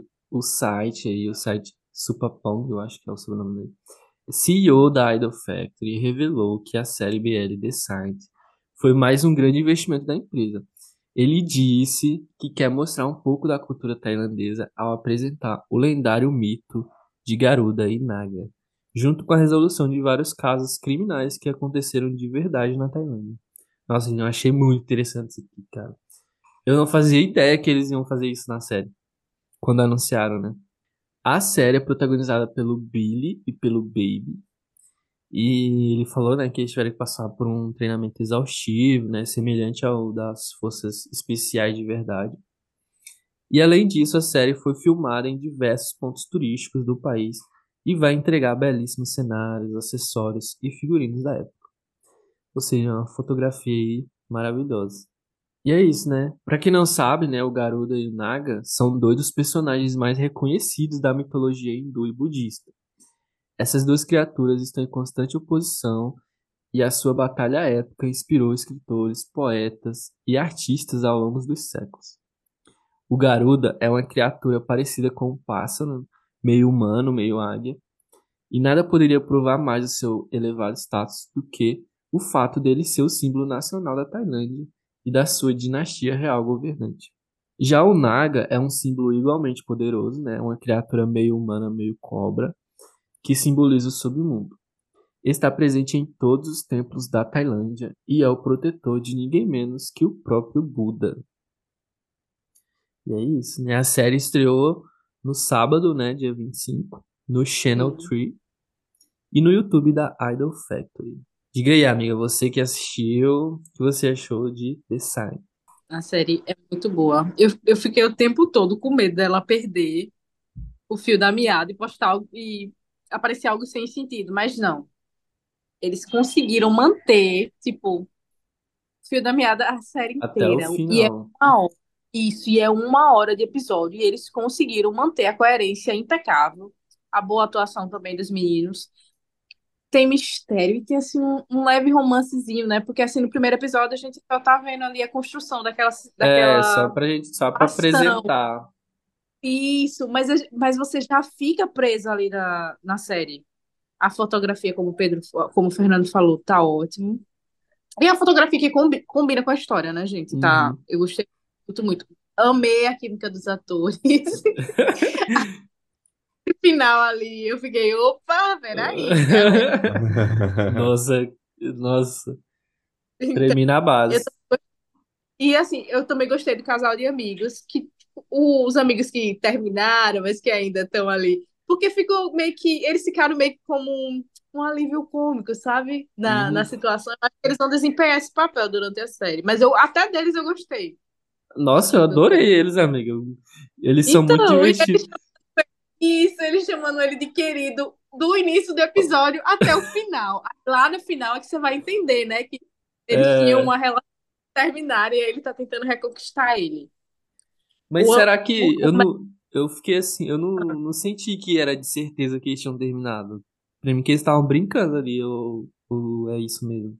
S1: o site Supapong, eu acho que é o sobrenome dele, CEO da Idol Factory, revelou que a série BL The Saint foi mais um grande investimento da empresa. Ele disse que quer mostrar um pouco da cultura tailandesa ao apresentar o lendário mito de Garuda e Naga, junto com a resolução de vários casos criminais que aconteceram de verdade na Tailândia. Nossa, eu achei muito interessante isso aqui, cara. Eu não fazia ideia que eles iam fazer isso na série, quando anunciaram, né? A série é protagonizada pelo Billy e pelo Baby. E ele falou, né, que eles tiveram que passar por um treinamento exaustivo, né, semelhante ao das forças especiais de verdade. E além disso, a série foi filmada em diversos pontos turísticos do país e vai entregar belíssimos cenários, acessórios e figurinos da época. Ou seja, uma fotografia aí maravilhosa. E é isso, né? Pra quem não sabe, né, o Garuda e o Naga são dois dos personagens mais reconhecidos da mitologia hindu e budista. Essas duas criaturas estão em constante oposição e a sua batalha épica inspirou escritores, poetas e artistas ao longo dos séculos. O Garuda é uma criatura parecida com um pássaro, meio humano, meio águia, e nada poderia provar mais o seu elevado status do que o fato dele ser o símbolo nacional da Tailândia e da sua dinastia real governante. Já o Naga é um símbolo igualmente poderoso, né? Uma criatura meio humana, meio cobra, que simboliza o submundo. Está presente em todos os templos da Tailândia e é o protetor de ninguém menos que o próprio Buda. E é isso, né? A série estreou no sábado, né, dia 25, no Channel
S3: Sim.
S1: 3 e no YouTube da Idol Factory. Diga aí, amiga, você que assistiu, o que você achou de The Sign?
S3: A série é muito boa. Eu fiquei o tempo todo com medo dela perder o fio da meada e postar algo, e aparecer algo sem sentido, mas não. Eles conseguiram manter, tipo, o fio da meada a série
S1: Até o
S3: inteira. E é
S1: final.
S3: uma hora. Isso, e é uma hora de episódio. E eles conseguiram manter a coerência impecável. A boa atuação também dos meninos. Tem mistério e tem, assim, um leve romancezinho, né? Porque, assim, no primeiro episódio a gente só tá vendo ali a construção
S1: É,
S3: daquela
S1: só pra
S3: ação.
S1: apresentar.
S3: Isso, mas você já fica preso ali na série. A fotografia, como o Fernando falou, tá ótimo. E a fotografia que combina com a história, né, gente? Tá,
S1: Uhum.
S3: eu gostei muito, muito. Amei a química dos atores. No final ali, eu fiquei, opa, peraí, galera.
S1: Nossa, nossa,
S3: Então,
S1: tremi na
S3: eu,
S1: base.
S3: e assim, eu também gostei do casal de amigos, que os amigos que terminaram, mas que ainda estão ali. Porque ficou meio que, eles ficaram meio que como um alívio cômico, sabe? Na
S1: Uhum.
S3: situação. Eu acho que eles vão desempenhar esse papel durante a série. Mas eu até deles eu gostei.
S1: Nossa, eu adorei eles, amiga. Eles são muito
S3: Então, e
S1: divertidos.
S3: isso, eles chamando ele de querido do início do episódio até o final. Lá no final é que você vai entender, né? Que eles tinham
S1: É,
S3: uma relação terminar e ele tá tentando reconquistar ele.
S1: mas
S3: O,
S1: será
S3: o,
S1: que eu fiquei assim, eu não senti que era de certeza que eles tinham terminado. Pra mim que eles estavam brincando ali, ou é isso mesmo.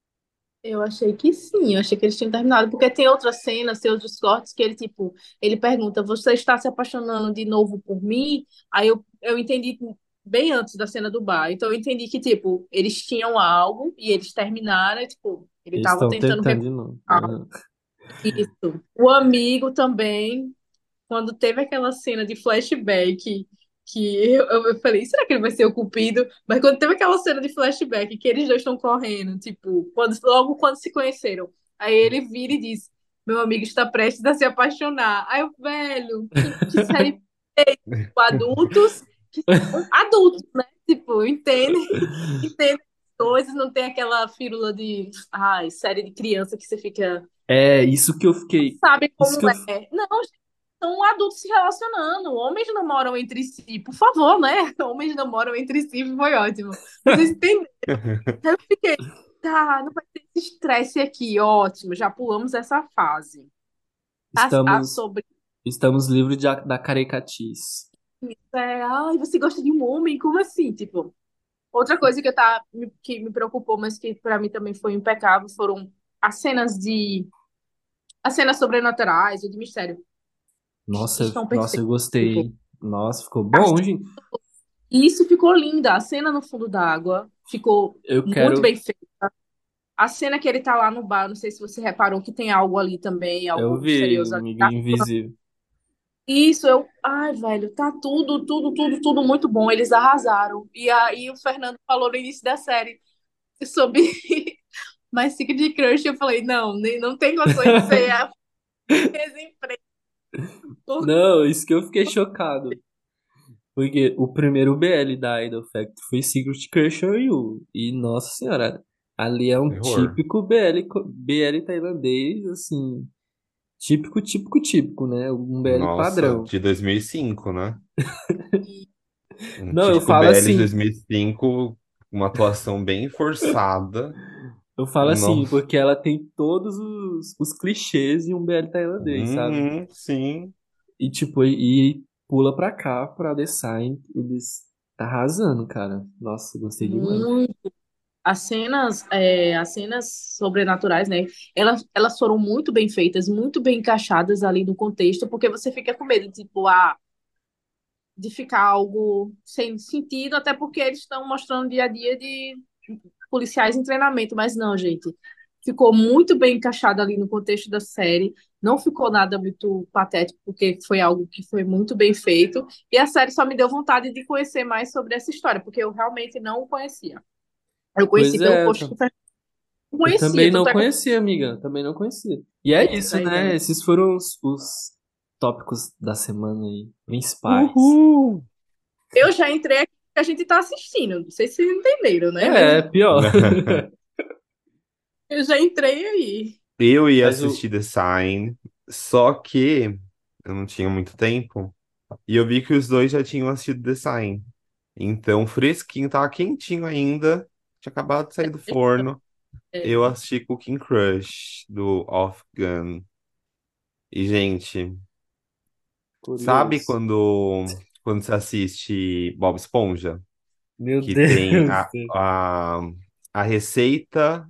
S3: eu achei que sim, eu achei que eles tinham terminado, porque tem outras cenas, tem outros cortes que ele, tipo, ele pergunta, você está se apaixonando de novo por mim? Aí eu entendi bem antes da cena do bar, então eu entendi que, tipo, eles tinham algo e eles terminaram, e, tipo, ele
S1: Eles
S3: tava
S1: estão
S3: tentando
S1: tentando de
S3: recuperar
S1: novo.
S3: algo.
S1: Aham.
S3: Isso. O amigo também, quando teve aquela cena de flashback, que eu falei, será que ele vai ser o cupido? Mas quando teve aquela cena de flashback, que eles dois estão correndo, tipo, logo quando se conheceram, aí ele vira e diz, meu amigo está prestes a se apaixonar. Aí eu, velho, que série com adultos, que são adultos, né? Tipo, entendem as coisas, não tem aquela firula de, ai, série de criança que você fica,
S1: É, isso que eu fiquei.
S3: sabe
S1: Isso
S3: como
S1: que eu.
S3: é. Não, são adultos se relacionando. Homens não moram entre si. Por favor, né? Homens não moram entre si, foi ótimo. Vocês entenderam? Eu fiquei, tá, não vai ter esse estresse aqui. Ótimo, já pulamos essa fase.
S1: Estamos,
S3: Sobre
S1: estamos livres da caricatice.
S3: isso, ai, você gosta de um homem? Como assim? Tipo, outra coisa que me preocupou, mas que pra mim também foi impecável, foram as cenas de as cenas sobrenaturais ou de mistério. Estão
S1: Nossa, eu
S3: perfeitas.
S1: gostei,
S3: Tipo,
S1: hein? Nossa, ficou bom, gente.
S3: e isso ficou linda. A cena no fundo da água ficou
S1: Eu
S3: muito
S1: quero.
S3: bem feita. A cena que ele tá lá no bar, não sei se você reparou que tem algo ali também,
S1: Eu
S3: algo
S1: vi,
S3: misterioso ali.
S1: amigo invisível.
S3: Isso, ai, velho, tá tudo muito bom. Eles arrasaram. E aí o Fernando falou no início da série sobre My Secret Crush. Eu falei, não, não tem condições de ser a desemprego.
S1: Não, isso que eu fiquei chocado. Porque o primeiro BL da Idol Factory foi Secret Crush on You. E, nossa senhora, ali é um
S2: Terror.
S1: típico BL tailandês, assim, típico, né? Um BL
S2: Nossa,
S1: padrão.
S2: de 2005, né? Um
S1: Não, eu
S2: típico
S1: falo
S2: BL de
S1: assim,
S2: 2005, uma atuação bem forçada. Não.
S1: porque ela tem todos os clichês de um BL tailandês, sabe?
S2: Uhum, sim.
S1: E, tipo, e pula pra cá, pra The Sign, eles tá arrasando, cara. Nossa, gostei demais.
S3: Muito. As cenas sobrenaturais, né? Elas foram muito bem feitas, muito bem encaixadas ali no contexto, porque você fica com medo, tipo, de ficar algo sem sentido, até porque eles estão mostrando o dia a dia de policiais em treinamento, mas não, gente. Ficou muito bem encaixado ali no contexto da série, não ficou nada muito patético, porque foi algo que foi muito bem feito, e a série só me deu vontade de conhecer mais sobre essa história, porque eu realmente não conhecia. Eu conheci
S1: Pois
S3: pelo
S1: é,
S3: post que eu
S1: eu
S3: conhecia,
S1: também não
S3: tanto é que
S1: conhecia, amiga. Também não conhecia. E é
S3: eu
S1: isso,
S3: pra
S1: né?
S3: ideia.
S1: Esses foram os tópicos da semana aí, principais.
S2: Uhul!
S3: Eu já entrei aqui que a gente tá assistindo, não sei se vocês entenderam, né? Mas
S1: É, pior.
S3: eu já entrei aí.
S2: Eu ia
S1: Mas o.
S2: assistir The Sign, só que eu não tinha muito tempo. E eu vi que os dois já tinham assistido The Sign. Então, fresquinho, tava quentinho ainda. Tinha acabado de sair do forno. Eu
S3: É,
S2: assisti Cooking Crush, do Off Gun. E, gente, sabe
S1: Curioso.
S2: quando você assiste Bob Esponja?
S1: Meu
S2: Que tem
S1: Deus.
S2: a receita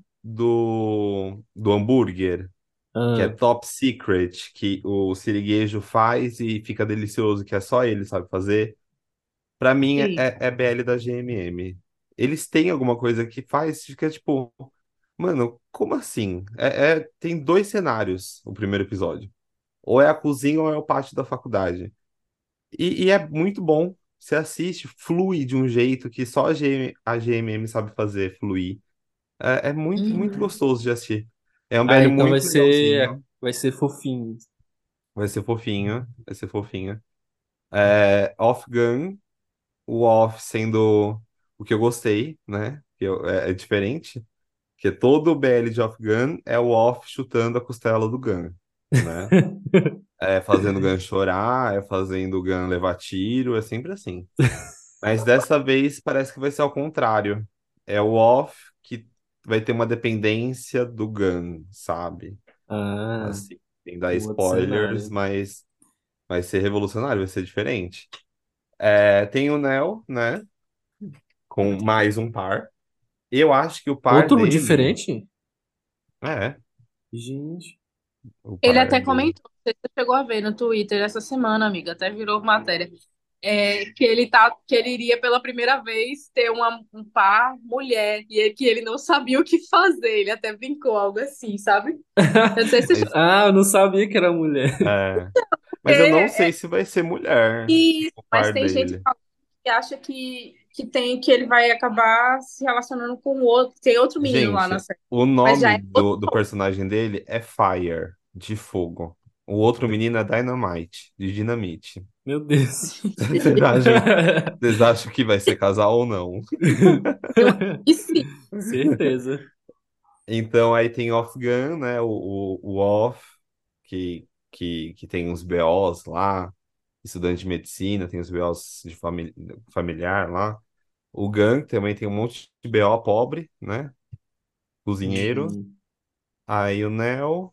S2: do hambúrguer, que é
S1: Ah,
S2: top secret, que o siriguejo faz e fica delicioso, que é só ele sabe fazer. Pra mim
S3: sim.
S2: é BL da GMM. Eles têm alguma coisa que faz, fica tipo, mano, como assim? Tem dois cenários o primeiro episódio. Ou é a cozinha ou é o pátio da faculdade. E é muito bom. Você assiste, flui de um jeito que só a GMM sabe fazer, fluir. É muito, muito
S3: Uhum.
S2: gostoso de assistir. É um
S1: ah,
S2: BL
S1: então
S2: muito legalzinho.
S1: vai ser fofinho.
S2: Vai ser fofinho, vai ser fofinho. Off Gun, o Off sendo o que eu gostei, né? É diferente. Que todo o BL de Off Gun é o Off chutando a costela do Gun, né? É fazendo o Gun chorar, é fazendo o Gun levar tiro, é sempre assim. Mas dessa vez parece que vai ser ao contrário. É o Off que vai ter uma dependência do Gun, sabe?
S1: Ah,
S2: Assim, sem dar
S1: um outro
S2: spoilers,
S1: cenário.
S2: mas vai ser revolucionário, vai ser diferente. Tem o Neo, né? Com mais um par. Eu acho que o par
S1: Outro
S2: dele.
S1: diferente?
S2: É,
S1: Gente.
S2: o
S3: Ele
S2: par
S3: até
S2: dele.
S3: comentou, não sei se você chegou a ver no Twitter essa semana, amiga, até virou matéria, que ele iria pela primeira vez ter um par mulher que ele não sabia o que fazer. Ele até brincou algo assim, sabe? Eu não sei se você
S2: Mas,
S1: Ah, eu não sabia que era mulher.
S2: é, mas eu não
S3: é
S2: sei se vai ser mulher
S3: isso,
S2: o
S3: mas
S2: par
S3: tem gente
S2: dele.
S3: que acha que ele vai acabar se relacionando com o outro. Tem outro menino lá na
S2: Gente,
S3: série,
S2: o
S3: mas já
S2: nome
S3: é outro.
S2: do personagem dele é Fire, de fogo. O outro menino é Dynamite, de dinamite.
S1: Meu Deus.
S2: Vocês acham, vocês acham que vai ser casal ou não?
S3: Eu acho que sim.
S1: Certeza.
S2: Então aí tem Off Gun, né? O Off, que tem uns BOs lá, estudante de medicina, tem os BOs de familiar lá. O Gun também tem um monte de BO pobre, né? Cozinheiro.
S1: Uhum.
S2: Aí o Neo,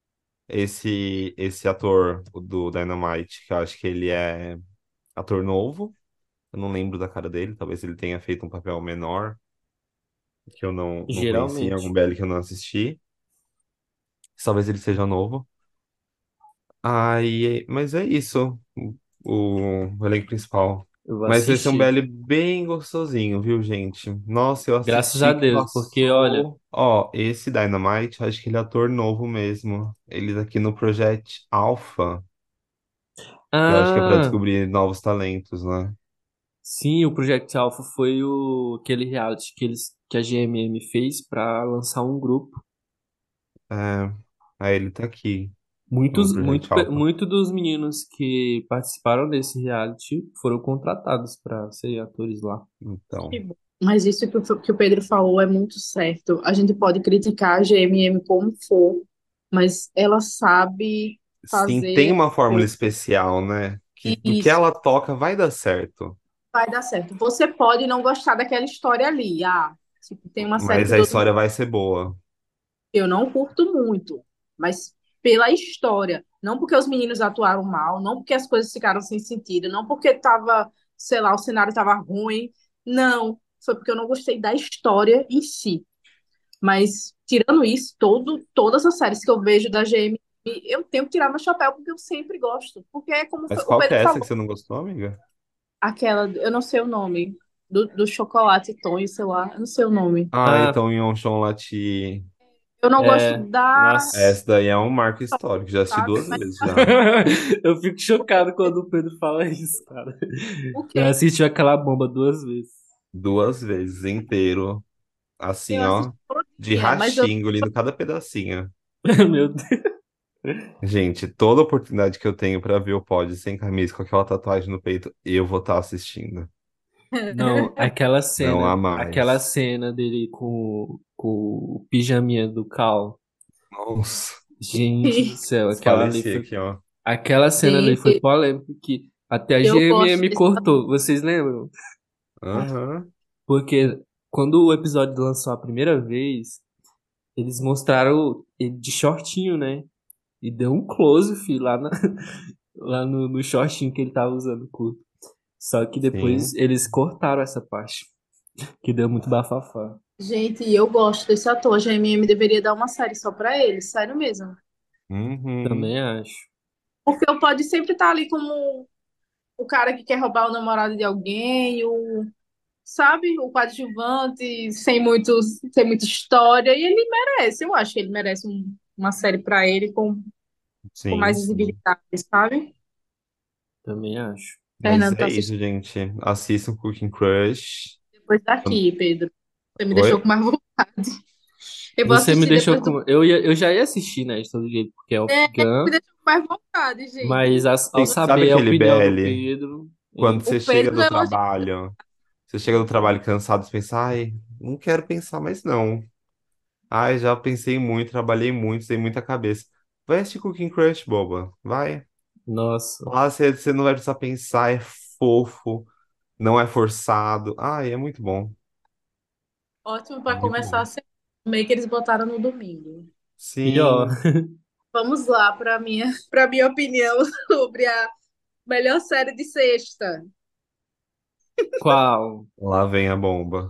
S2: esse ator do Dynamite, que eu acho que ele é ator novo. Eu não lembro da cara dele, talvez ele tenha feito um papel menor, que eu não conhecia, algum
S1: Geralmente.
S2: BL que eu não assisti. Talvez ele seja novo. Aí, mas é isso, o elenco principal.
S1: Eu vou
S2: Mas vai ser um
S1: assistir.
S2: BL bem gostosinho, viu, gente? Nossa, eu
S1: Graças a
S2: assisti que
S1: Deus, porque olha.
S2: passou. Ó, esse Dynamite, acho que ele é ator novo mesmo. Ele tá aqui no Project Alpha, que eu acho que é pra
S1: Ah,
S2: descobrir novos talentos, né?
S1: sim, o Project Alpha foi aquele reality que a GMM fez pra lançar um grupo.
S2: É, aí ele tá aqui no Project Alpha.
S1: Muito dos meninos que participaram desse reality foram contratados pra ser atores lá.
S2: Então,
S3: Mas isso que o Pedro falou é muito certo. A gente pode criticar a GMM como for, mas ela sabe
S2: sim, tem
S3: fazer
S2: uma fórmula
S3: coisas.
S2: especial, né? Que do que
S3: Isso
S2: ela toca vai dar certo.
S3: vai dar certo. Você pode não gostar daquela história ali. Ah, tipo, tem uma série
S2: Mas
S3: que
S2: a
S3: todo mundo.
S2: história vai ser boa.
S3: Eu não curto muito, mas pela história. Não porque os meninos atuaram mal, não porque as coisas ficaram sem sentido, não porque tava, sei lá, o cenário tava ruim. Não, foi porque eu não gostei da história em si. Mas, tirando isso, todas as séries que eu vejo da GM, eu tenho que tirar meu chapéu porque eu sempre gosto. Porque é como
S2: Mas
S3: o
S2: qual que
S3: Pedro
S2: é essa que
S3: falou,
S2: você não gostou, amiga?
S3: aquela, eu não sei o nome, do chocolate Tonho, sei lá, eu não sei o nome.
S2: Ah,
S1: Ah,
S2: então Yonchon Lati.
S3: Eu não gosto
S1: é.
S3: da,
S2: Essa
S1: Nossa.
S2: daí é um marco histórico. Já assisti
S3: sabe?
S2: duas
S3: Mas
S2: vezes já.
S1: Eu fico chocado quando o Pedro fala isso, cara.
S3: o
S1: Já
S3: quê?
S1: assistiu aquela bomba 2 vezes.
S2: Duas vezes inteiro.
S3: Eu
S2: Assim,
S3: assisti
S2: ó. De
S3: todinha, mas eu
S2: rachinho, engolindo cada pedacinho.
S1: Meu Deus.
S2: Gente, toda oportunidade que eu tenho pra ver o Pod sem camisa, com aquela tatuagem no peito, eu vou estar assistindo.
S1: Não,
S2: Não há
S1: aquela
S2: mais.
S1: cena dele com o pijaminha do Cal.
S2: Nossa,
S1: Gente do céu,
S2: desfaleci aqui, ó.
S1: aquela cena ali foi
S3: gente,
S1: polêmica que até a
S3: eu gosto
S1: GMM
S3: desse.
S1: cortou. Vocês lembram?
S2: Aham.
S1: Porque quando o episódio lançou a primeira vez, eles mostraram ele de shortinho, né? E deu um close, filho, lá no shortinho que ele tava usando curto. Só que depois
S2: Sim.
S1: eles cortaram essa parte, que deu muito bafafá.
S3: Gente, eu gosto desse ator. A GMM deveria dar uma série só pra ele, sério mesmo.
S2: Uhum.
S1: Também acho.
S3: Porque o Pod sempre tá ali como o cara que quer roubar o namorado de alguém, sabe, o coadjuvante, sem muita história. E ele merece, eu acho que ele merece uma série pra ele com
S2: Sim,
S3: mais
S2: sim.
S3: visibilidade, sabe?
S1: Também acho.
S2: Mas
S3: Fernando
S2: é
S3: tá
S2: isso,
S3: assistindo
S2: gente. Assistam Cooking Crush.
S3: depois daqui, Pedro. Você me deixou
S2: Oi?
S3: com mais vontade. Eu vou
S1: Você me
S3: assistir
S1: deixou
S3: depois do.
S1: com. Eu já ia assistir, né, de todo jeito, porque é
S3: É, me
S1: Gun,
S3: deixou com mais vontade,
S1: mas
S3: gente.
S1: ao
S2: Sabe
S1: saber a
S2: aquele
S1: opinião do
S2: BL?
S1: Pedro,
S2: Quando
S1: hein?
S3: O
S2: você chega
S3: Pedro
S2: do
S3: não elogia.
S2: trabalho, você chega do trabalho cansado, você pensa, ai, não quero pensar mais não. Ai, já pensei muito, trabalhei muito, tem muita cabeça. Vai assistir Cooking Crush, boba. Vai.
S1: Nossa.
S2: Lá você não vai precisar pensar, é fofo, não é forçado. Ai, é muito bom.
S3: Ótimo para
S2: Muito
S3: começar
S2: bom.
S3: a semana. Meio que eles botaram no domingo.
S1: E ó,
S2: Sim,
S3: Vamos lá para para minha opinião sobre a melhor série de sexta.
S1: qual?
S2: lá vem a bomba.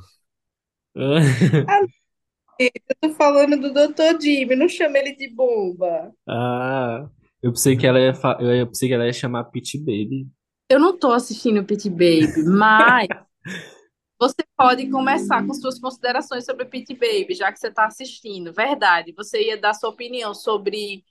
S3: Eu tô falando do Dr. Jimmy, não chama ele de bomba.
S1: Ah, eu pensei que ela ia, eu pensei que ela ia chamar Pit Baby.
S3: Eu não tô assistindo Pit Baby, mas você pode começar com suas considerações sobre Pit Baby, já que você está assistindo. Verdade. Você ia dar sua opinião sobre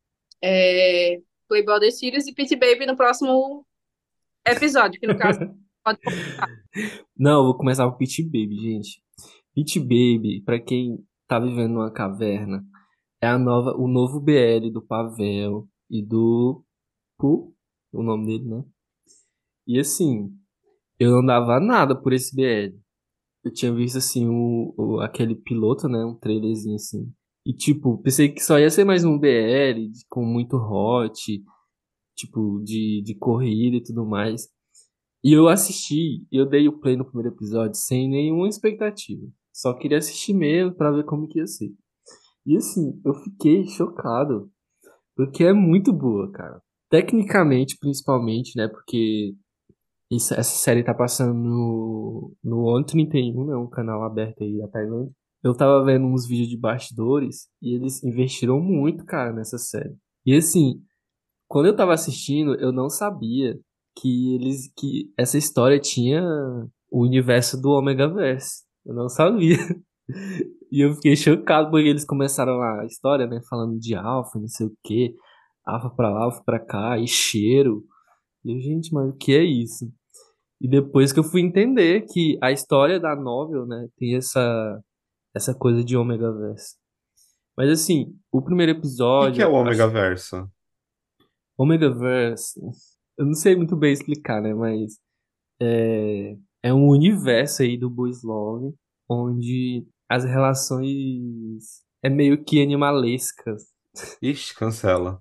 S3: Playboy The Series e Pit Baby no próximo episódio, que no caso pode começar.
S1: Não, eu vou começar com Pit Baby, gente. Pit Baby, pra quem tá vivendo numa caverna, é o novo BL do Pavel e do Pooh, o nome dele, né? E assim, eu não dava nada por esse BL. Eu tinha visto assim aquele piloto, né? Um trailerzinho assim. E tipo, pensei que só ia ser mais um BL com muito hot, tipo, de corrida e tudo mais. E eu assisti, eu dei o play no primeiro episódio sem nenhuma expectativa. Só queria assistir mesmo pra ver como que ia ser. E assim, eu fiquei chocado, porque é muito boa, cara. Tecnicamente, principalmente, né? Porque essa série tá passando no On31, né? Um canal aberto aí da Tailândia. Eu tava vendo uns vídeos de bastidores e eles investiram muito, cara, nessa série. E assim, quando eu tava assistindo, eu não sabia que essa história tinha o universo do Omegaverse. Eu não sabia. E eu fiquei chocado porque eles começaram a história, né, falando de alfa, não sei o quê, alfa pra lá, alfa pra cá, e cheiro. E eu, gente, mas o que é isso? E depois que eu fui entender que a história da novel, né, tem essa coisa de Omegaverse. Mas assim, o primeiro
S2: Que é o
S1: episódio,
S2: Ômega Verso?
S1: Omegaverse, eu não sei muito bem explicar, né? Mas é um universo aí do Boys Love, onde as relações é meio que animalescas.
S2: Ixi, cancela.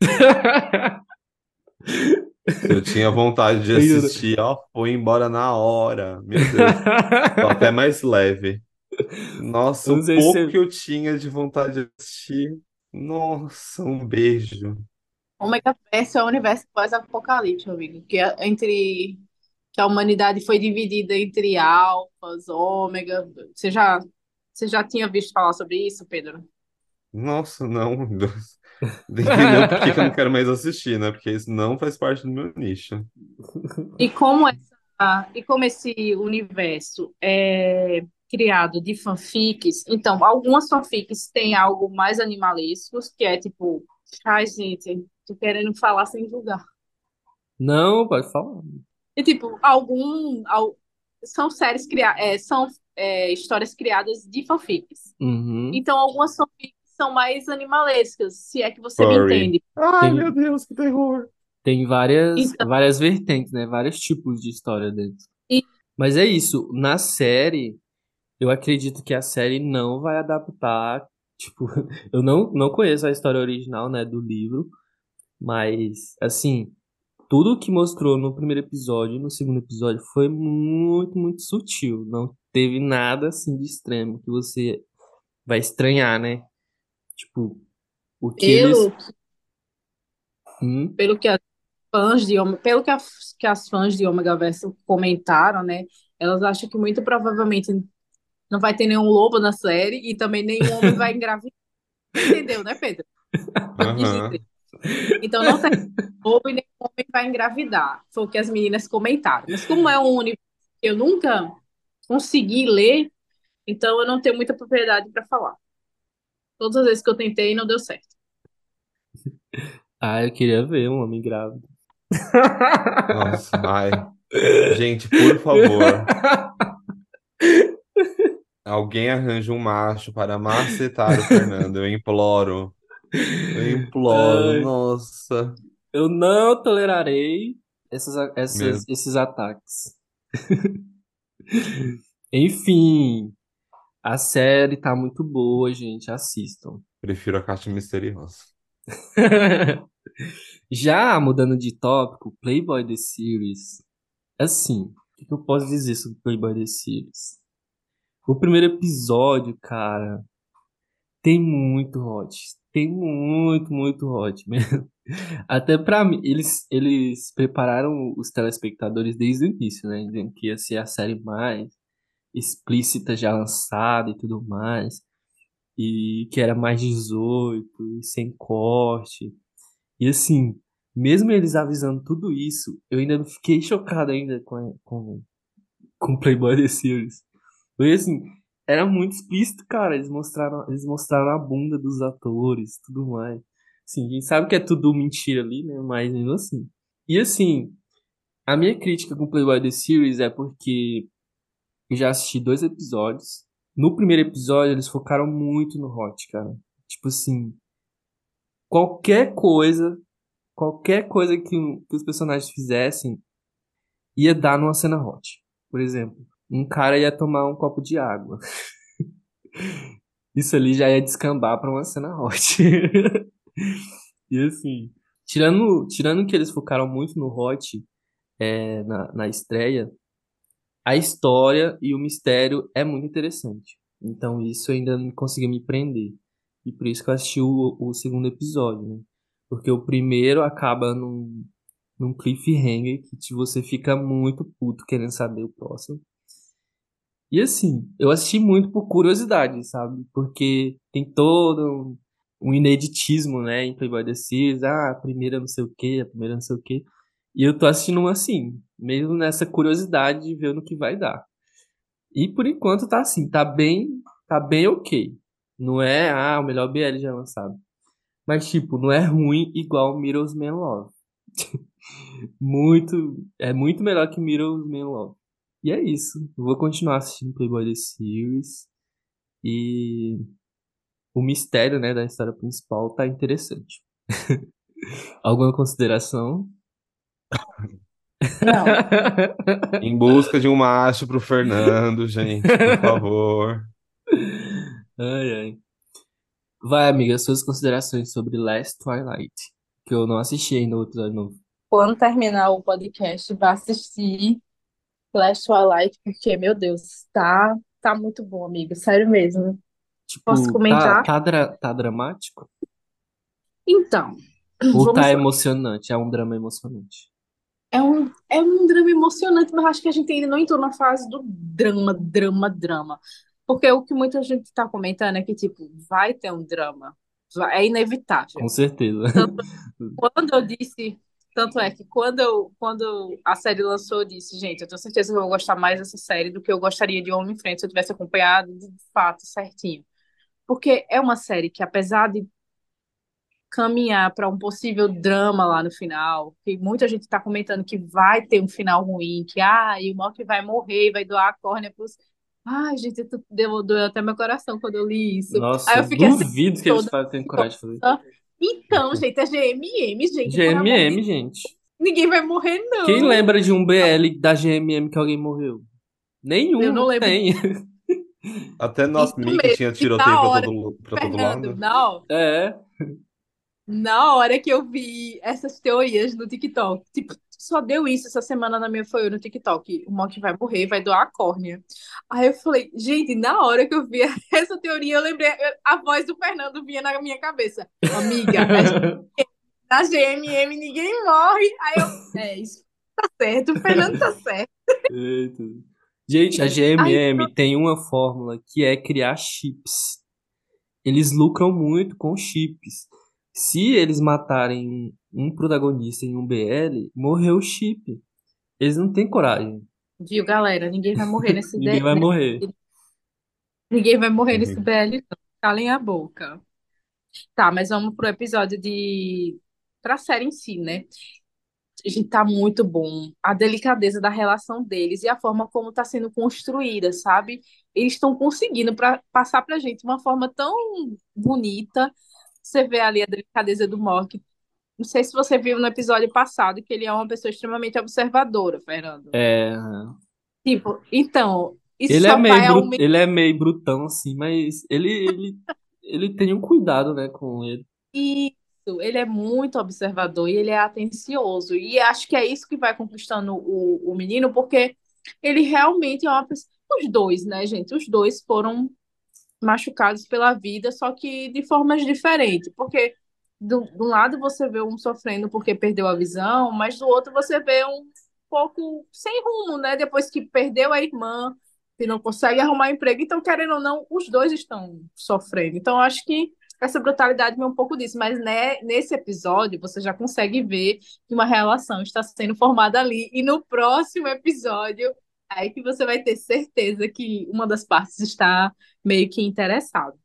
S2: Se eu tinha vontade de
S1: Eu juro.
S2: assistir, ó, foi embora na hora. Meu Deus. Tô até mais leve. Nossa,
S1: Eu não
S2: o
S1: sei se
S2: pouco que
S1: você...
S2: eu tinha de vontade de assistir. Nossa, um beijo.
S3: Omega Verse é o universo pós-apocalíptico, amigo. Que a humanidade foi dividida entre alfas, ômega. Você já tinha visto falar sobre isso, Pedro?
S2: Nossa, não. Entendeu por que que eu não quero mais assistir, né? Porque isso não faz parte do meu nicho.
S3: E como é? E como esse universo é criado de fanfics, então algumas fanfics têm algo mais animalesco, que é tipo, ai gente, tô querendo falar sem julgar.
S1: Não, pode falar.
S3: E tipo, são histórias criadas de fanfics.
S1: Uhum.
S3: Então algumas fanfics são mais animalescas, se é que você me
S2: Furry.
S3: entende.
S2: Ai, meu
S1: Tem,
S2: Deus, que terror.
S1: tem várias,
S3: Então,
S1: várias vertentes, né? Vários tipos de história dentro.
S3: e
S1: Mas é isso. Na série, eu acredito que a série não vai adaptar. Tipo, eu não conheço a história original, né, do livro. Mas, assim, tudo que mostrou no primeiro episódio e no segundo episódio foi muito, muito sutil. Não teve nada, assim, de extremo que você vai estranhar, né? Tipo, o que eles.
S3: pelo,
S1: Hum,
S3: pelo que que as fãs de Omega Verso comentaram, né? Elas acham que muito provavelmente não vai ter nenhum lobo na série e também nenhum homem vai engravidar. Entendeu, né, Pedro? Eu quis dizer.
S2: Aham.
S3: Então não tem lobo e nenhum homem vai engravidar. Foi o que as meninas comentaram. Mas como é um universo que eu nunca consegui ler, então eu não tenho muita propriedade para falar. Todas as vezes que eu tentei, não deu certo.
S1: Ah, eu queria ver um homem grávido.
S2: Nossa, ai. Gente, por favor, alguém arranje um macho para macetar o Fernando. Eu imploro. Eu imploro.
S1: Ai,
S2: Nossa.
S1: eu não tolerarei
S2: Meu,
S1: esses ataques. Enfim, a série tá muito boa, gente. Assistam.
S2: prefiro a caixa misteriosa.
S1: Já mudando de tópico, Playboy The Series. Assim, o que que eu posso dizer sobre Playboy The Series? O primeiro episódio, cara, tem muito hot. Tem muito, muito hot mesmo. Até pra mim, eles prepararam os telespectadores desde o início, né? Dizendo que ia ser a série mais explícita já lançada e tudo mais. E que era mais 18 e sem corte. E assim, mesmo eles avisando tudo isso, eu ainda não fiquei chocado ainda com Playboy The Series. Porque assim, era muito explícito, cara. Eles mostraram a bunda dos atores, tudo mais. Assim, a gente sabe que é tudo mentira ali, né? Mas mesmo assim. E assim, a minha crítica com Playboy The Series é porque eu já assisti 2 episódios. No primeiro episódio, eles focaram muito no hot, cara. Tipo assim, qualquer coisa, qualquer coisa que os personagens fizessem ia dar numa cena hot. Por exemplo, um cara ia tomar um copo de água. Isso ali já ia descambar pra uma cena hot. E assim, tirando que eles focaram muito no hot na estreia, a história e o mistério é muito interessante. Então isso ainda não conseguiu me prender. E por isso que eu assisti o segundo episódio, né? Porque o primeiro acaba num cliffhanger que você fica muito puto querendo saber o próximo. E assim, eu assisti muito por curiosidade, sabe? Porque tem todo um ineditismo, né, em Playboy The Series. Ah, a primeira não sei o quê, a primeira não sei o quê. E eu tô assistindo um assim, mesmo nessa curiosidade de ver no que vai dar. E por enquanto tá assim, tá bem ok. Não é, o melhor BL já lançado. Mas, tipo, não é ruim igual Mirror's Man Love. É muito melhor que Mirror's Man Love. E é isso. Eu vou continuar assistindo Playboy The Series. E o mistério, né, da história principal tá interessante. Alguma consideração?
S3: Não.
S2: Em busca de um macho pro Fernando, gente, por favor.
S1: Ai, ai. Vai, amiga, suas considerações sobre Last Twilight, que eu não assisti ainda o episódio novo.
S3: Quando terminar o podcast, vá assistir Flash Twilight, porque, meu Deus, tá muito bom, amigo. Sério mesmo. Posso
S1: Tipo,
S3: comentar?
S1: tá dramático?
S3: Então,
S1: Ou tá
S3: vamos lá.
S1: emocionante? É um drama emocionante.
S3: É um drama emocionante, mas acho que a gente ainda não entrou na fase do drama, drama, drama. Porque o que muita gente está comentando é que, tipo, vai ter um drama. É inevitável.
S1: Com certeza.
S3: Tanto quando eu disse. Tanto é que quando a série lançou, eu disse, gente, eu tenho certeza que eu vou gostar mais dessa série do que eu gostaria de Homem-Frente se eu tivesse acompanhado de fato certinho. Porque é uma série que, apesar de caminhar para um possível drama lá no final, que muita gente está comentando que vai ter um final ruim, que e o Mork vai morrer, vai doar a córnea pros... Ai, gente, doeu até meu coração quando eu li isso. Aí
S1: Nossa,
S3: eu fiquei assim,
S1: duvido que eles
S3: toda.
S1: tenham coragem de fazer.
S3: Então, gente, é GMM, gente, pelo amor
S1: GMM,
S3: de Deus,
S1: gente.
S3: ninguém vai morrer,
S1: Quem
S3: não.
S1: lembra de um BL da GMM que alguém morreu?
S3: Eu
S1: Nenhum,
S3: não
S1: não
S3: lembro
S1: tem.
S2: Até
S3: disso
S2: nosso Mickey
S3: mesmo.
S2: tinha
S3: E
S2: tiroteio
S3: na
S2: pra
S3: hora,
S2: todo
S3: Fernando,
S2: lado.
S1: É.
S3: na hora que eu vi essas teorias no TikTok, tipo, só deu isso essa semana na minha foi no TikTok. O Monk vai morrer, vai doar a córnea. Aí eu falei, gente, na hora que eu vi essa teoria, eu lembrei, a voz do Fernando vinha na minha cabeça. Amiga, na GMM ninguém morre. Aí eu, isso tá certo, o Fernando tá certo.
S1: Eita. Gente, a
S3: Aí,
S1: GMM tem uma fórmula que é criar chips. Eles lucram muito com chips. Se eles matarem um protagonista em um BL, morreu o chip. Eles não têm coragem.
S3: viu, galera? Ninguém vai morrer nesse,
S1: Ninguém vai morrer.
S3: ninguém vai morrer nesse BL, não. Calem a boca. Tá, mas vamos pro episódio pra série em si, né? Gente, tá muito bom. A delicadeza da relação deles e a forma como tá sendo construída, sabe? Eles estão conseguindo passar pra gente uma forma tão bonita. Você vê ali a delicadeza do Mork. Não sei se você viu no episódio passado que ele é uma pessoa extremamente observadora, Fernando.
S1: É,
S3: Tipo, então, isso só vai aumentar.
S1: ele é meio brutão assim, mas ele tem um cuidado, né, com ele.
S3: Isso, ele é muito observador e ele é atencioso. E acho que é isso que vai conquistando o menino, porque ele realmente é uma pessoa. Os dois, né, gente? Os dois foram machucados pela vida, só que de formas diferentes. Porque do lado você vê um sofrendo porque perdeu a visão, mas do outro você vê um pouco sem rumo, né? Depois que perdeu a irmã, que não consegue arrumar emprego. Então, querendo ou não, os dois estão sofrendo. Então, acho que essa brutalidade vem um pouco disso, mas né, nesse episódio você já consegue ver que uma relação está sendo formada ali. E no próximo episódio, aí que você vai ter certeza que uma das partes está meio que interessado.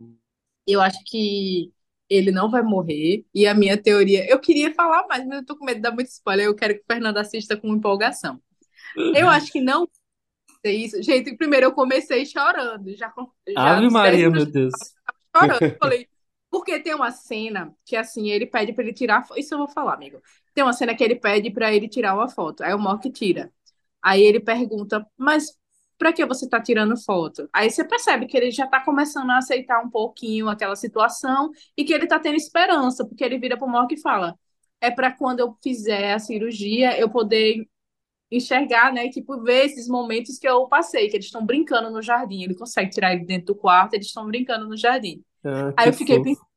S3: Eu acho que ele não vai morrer. E a minha teoria. Eu queria falar mais, mas eu tô com medo de dar muito spoiler. Eu quero que o Fernando assista com empolgação. Eu acho que não é isso. Gente, primeiro eu comecei chorando. Já
S1: Ave
S3: nos 10
S1: Maria, meu
S3: minutos
S1: Deus.
S3: chorando. Falei. Porque tem uma cena que, assim, ele pede pra ele tirar. Isso eu vou falar, amigo. Tem uma cena que ele pede pra ele tirar uma foto. Aí o Mork tira. Aí ele pergunta, mas para que você está tirando foto? Aí você percebe que ele já está começando a aceitar um pouquinho aquela situação e que ele está tendo esperança, porque ele vira para o Mork e fala: é para quando eu fizer a cirurgia eu poder enxergar, né? Tipo, ver esses momentos que eu passei, que eles estão brincando no jardim. Ele consegue tirar ele dentro do quarto, eles estão brincando no jardim.
S1: Ah,
S3: Aí
S1: que
S3: eu fiquei
S1: fofo.
S3: pensando,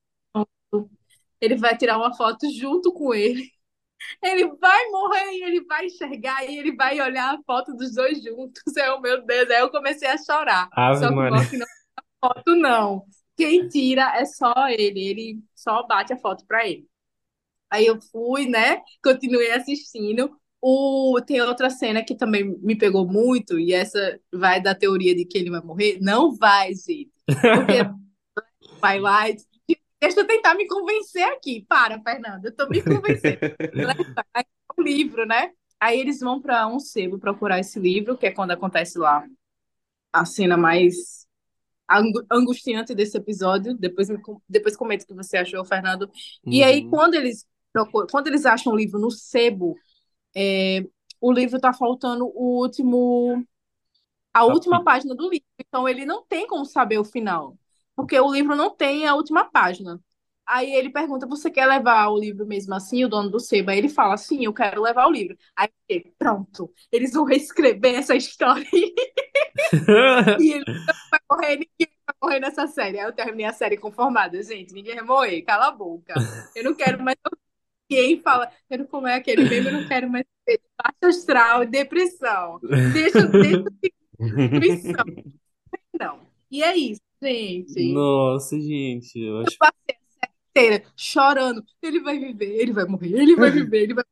S3: ele vai tirar uma foto junto com ele. Ele vai morrer e ele vai enxergar e ele vai olhar a foto dos dois juntos. Eu, meu Deus, aí eu comecei a chorar.
S1: Ave
S3: Só que o
S1: Maria.
S3: Mork não foto, não. Quem tira é só ele só bate a foto pra ele. Aí eu fui, né? Continuei assistindo. Tem outra cena que também me pegou muito, e essa vai da teoria de que ele vai morrer. Não vai, gente. Porque vai lá. Deixa eu tentar me convencer aqui. Para, Fernanda, eu tô me convencendo. Um livro, né? Aí eles vão para um sebo procurar esse livro, que é quando acontece lá a cena mais angustiante desse episódio. Depois comenta o que você achou, Fernando. E aí,
S1: Uhum.
S3: quando eles acham o livro no sebo, o livro tá faltando a última
S1: Capítulo.
S3: página do livro. Então, ele não tem como saber o final, porque o livro não tem a última página. Aí ele pergunta: você quer levar o livro mesmo assim? O dono do sebo. Aí ele fala: sim, eu quero levar o livro. Aí pronto, eles vão reescrever essa história e ele vai morrer, ninguém vai morrer nessa série. Aí eu terminei a série conformada. Gente, ninguém vai morrer, cala a boca. Eu não quero mais ninguém fala, eu não como é aquele meme, eu não quero mais ter baixo astral, depressão. Deixa destruição. Não. E é isso, gente.
S1: Nossa, gente, eu
S3: Eu
S1: acho.
S3: passei a série inteira chorando. Ele vai viver, ele vai morrer, ele vai viver, ele vai.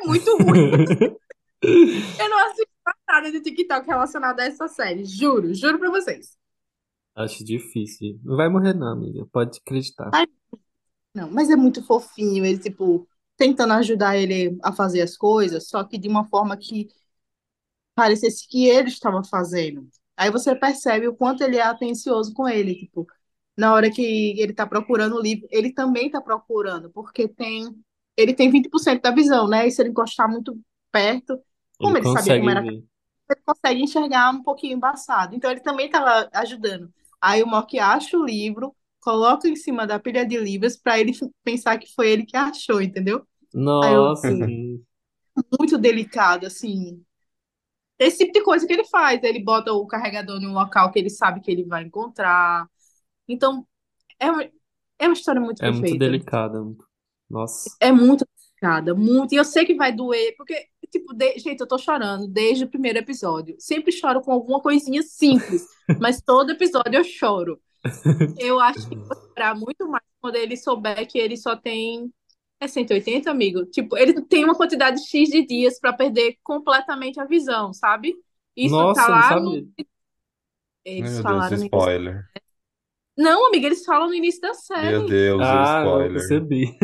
S3: muito ruim. Eu não assisto nada de TikTok relacionado a essa série. Juro, juro pra vocês.
S1: Acho difícil. Não vai morrer, não, amiga. Pode acreditar.
S3: Ai, não, mas é muito fofinho. Ele, tipo, tentando ajudar ele a fazer as coisas, só que de uma forma que parecesse que ele estava fazendo. Aí você percebe o quanto ele é atencioso com ele, tipo, na hora que ele está procurando o livro, ele também está procurando, porque ele tem 20% da visão, né? E se ele encostar muito perto,
S1: Ele
S3: como ele sabia como
S1: consegue
S3: era,
S1: ver.
S3: ele consegue enxergar um pouquinho embaçado. Então ele também estava ajudando. Aí o Mock acha o livro, coloca em cima da pilha de livros para ele pensar que foi ele que achou, entendeu? Aí eu,
S1: Nossa, gente.
S3: muito delicado, assim. Esse tipo de coisa que ele faz. Ele bota o carregador em um local que ele sabe que ele vai encontrar. Então, é uma história muito
S1: É muito
S3: perfeita.
S1: delicada. Nossa.
S3: É muito complicada, muito. E eu sei que vai doer, porque, tipo, gente, eu tô chorando desde o primeiro episódio. Sempre choro com alguma coisinha simples, mas todo episódio eu choro. Eu acho que eu vou chorar muito mais quando ele souber que ele só tem. É 180, amigo? Tipo, ele tem uma quantidade X de dias para perder completamente a visão, sabe? Isso tá
S1: Nossa, eu não
S3: lá no.
S1: sabia.
S2: Ai,
S3: Eles
S2: meu Deus,
S3: falaram no início.
S2: spoiler.
S3: Não, amiga, eles falam no início da
S2: Meu
S3: série.
S2: Deus, o
S1: Ah, não
S2: spoiler.
S1: percebi.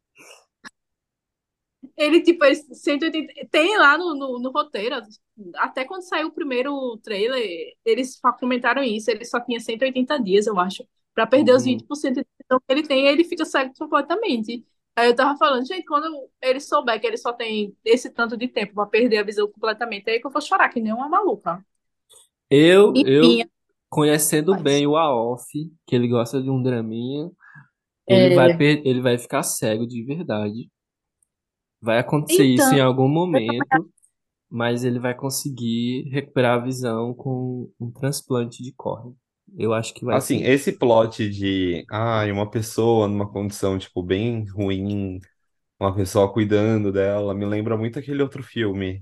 S3: Ele, tipo, eles 180. Tem lá no roteiro. Até quando saiu o primeiro trailer, eles comentaram isso. Ele só tinha 180 dias, eu acho, pra perder os
S1: Uhum.
S3: 20% de visão que ele tem, e ele fica cego completamente. Aí eu tava falando, gente, quando ele souber que ele só tem esse tanto de tempo pra perder a visão completamente, é aí que eu vou chorar, que nem uma maluca.
S1: Eu
S3: Enfim,
S1: conhecendo
S3: mas,
S1: bem o Aof, que ele gosta de um draminha,
S3: é,
S1: ele vai ficar cego de verdade. Vai acontecer isso
S3: então,
S1: em algum momento, mas ele vai conseguir recuperar a visão com um transplante de córnea. Eu acho que vai
S2: Assim,
S1: sim.
S2: esse plot de, uma pessoa numa condição, tipo, bem ruim, uma pessoa cuidando dela, me lembra muito aquele outro filme,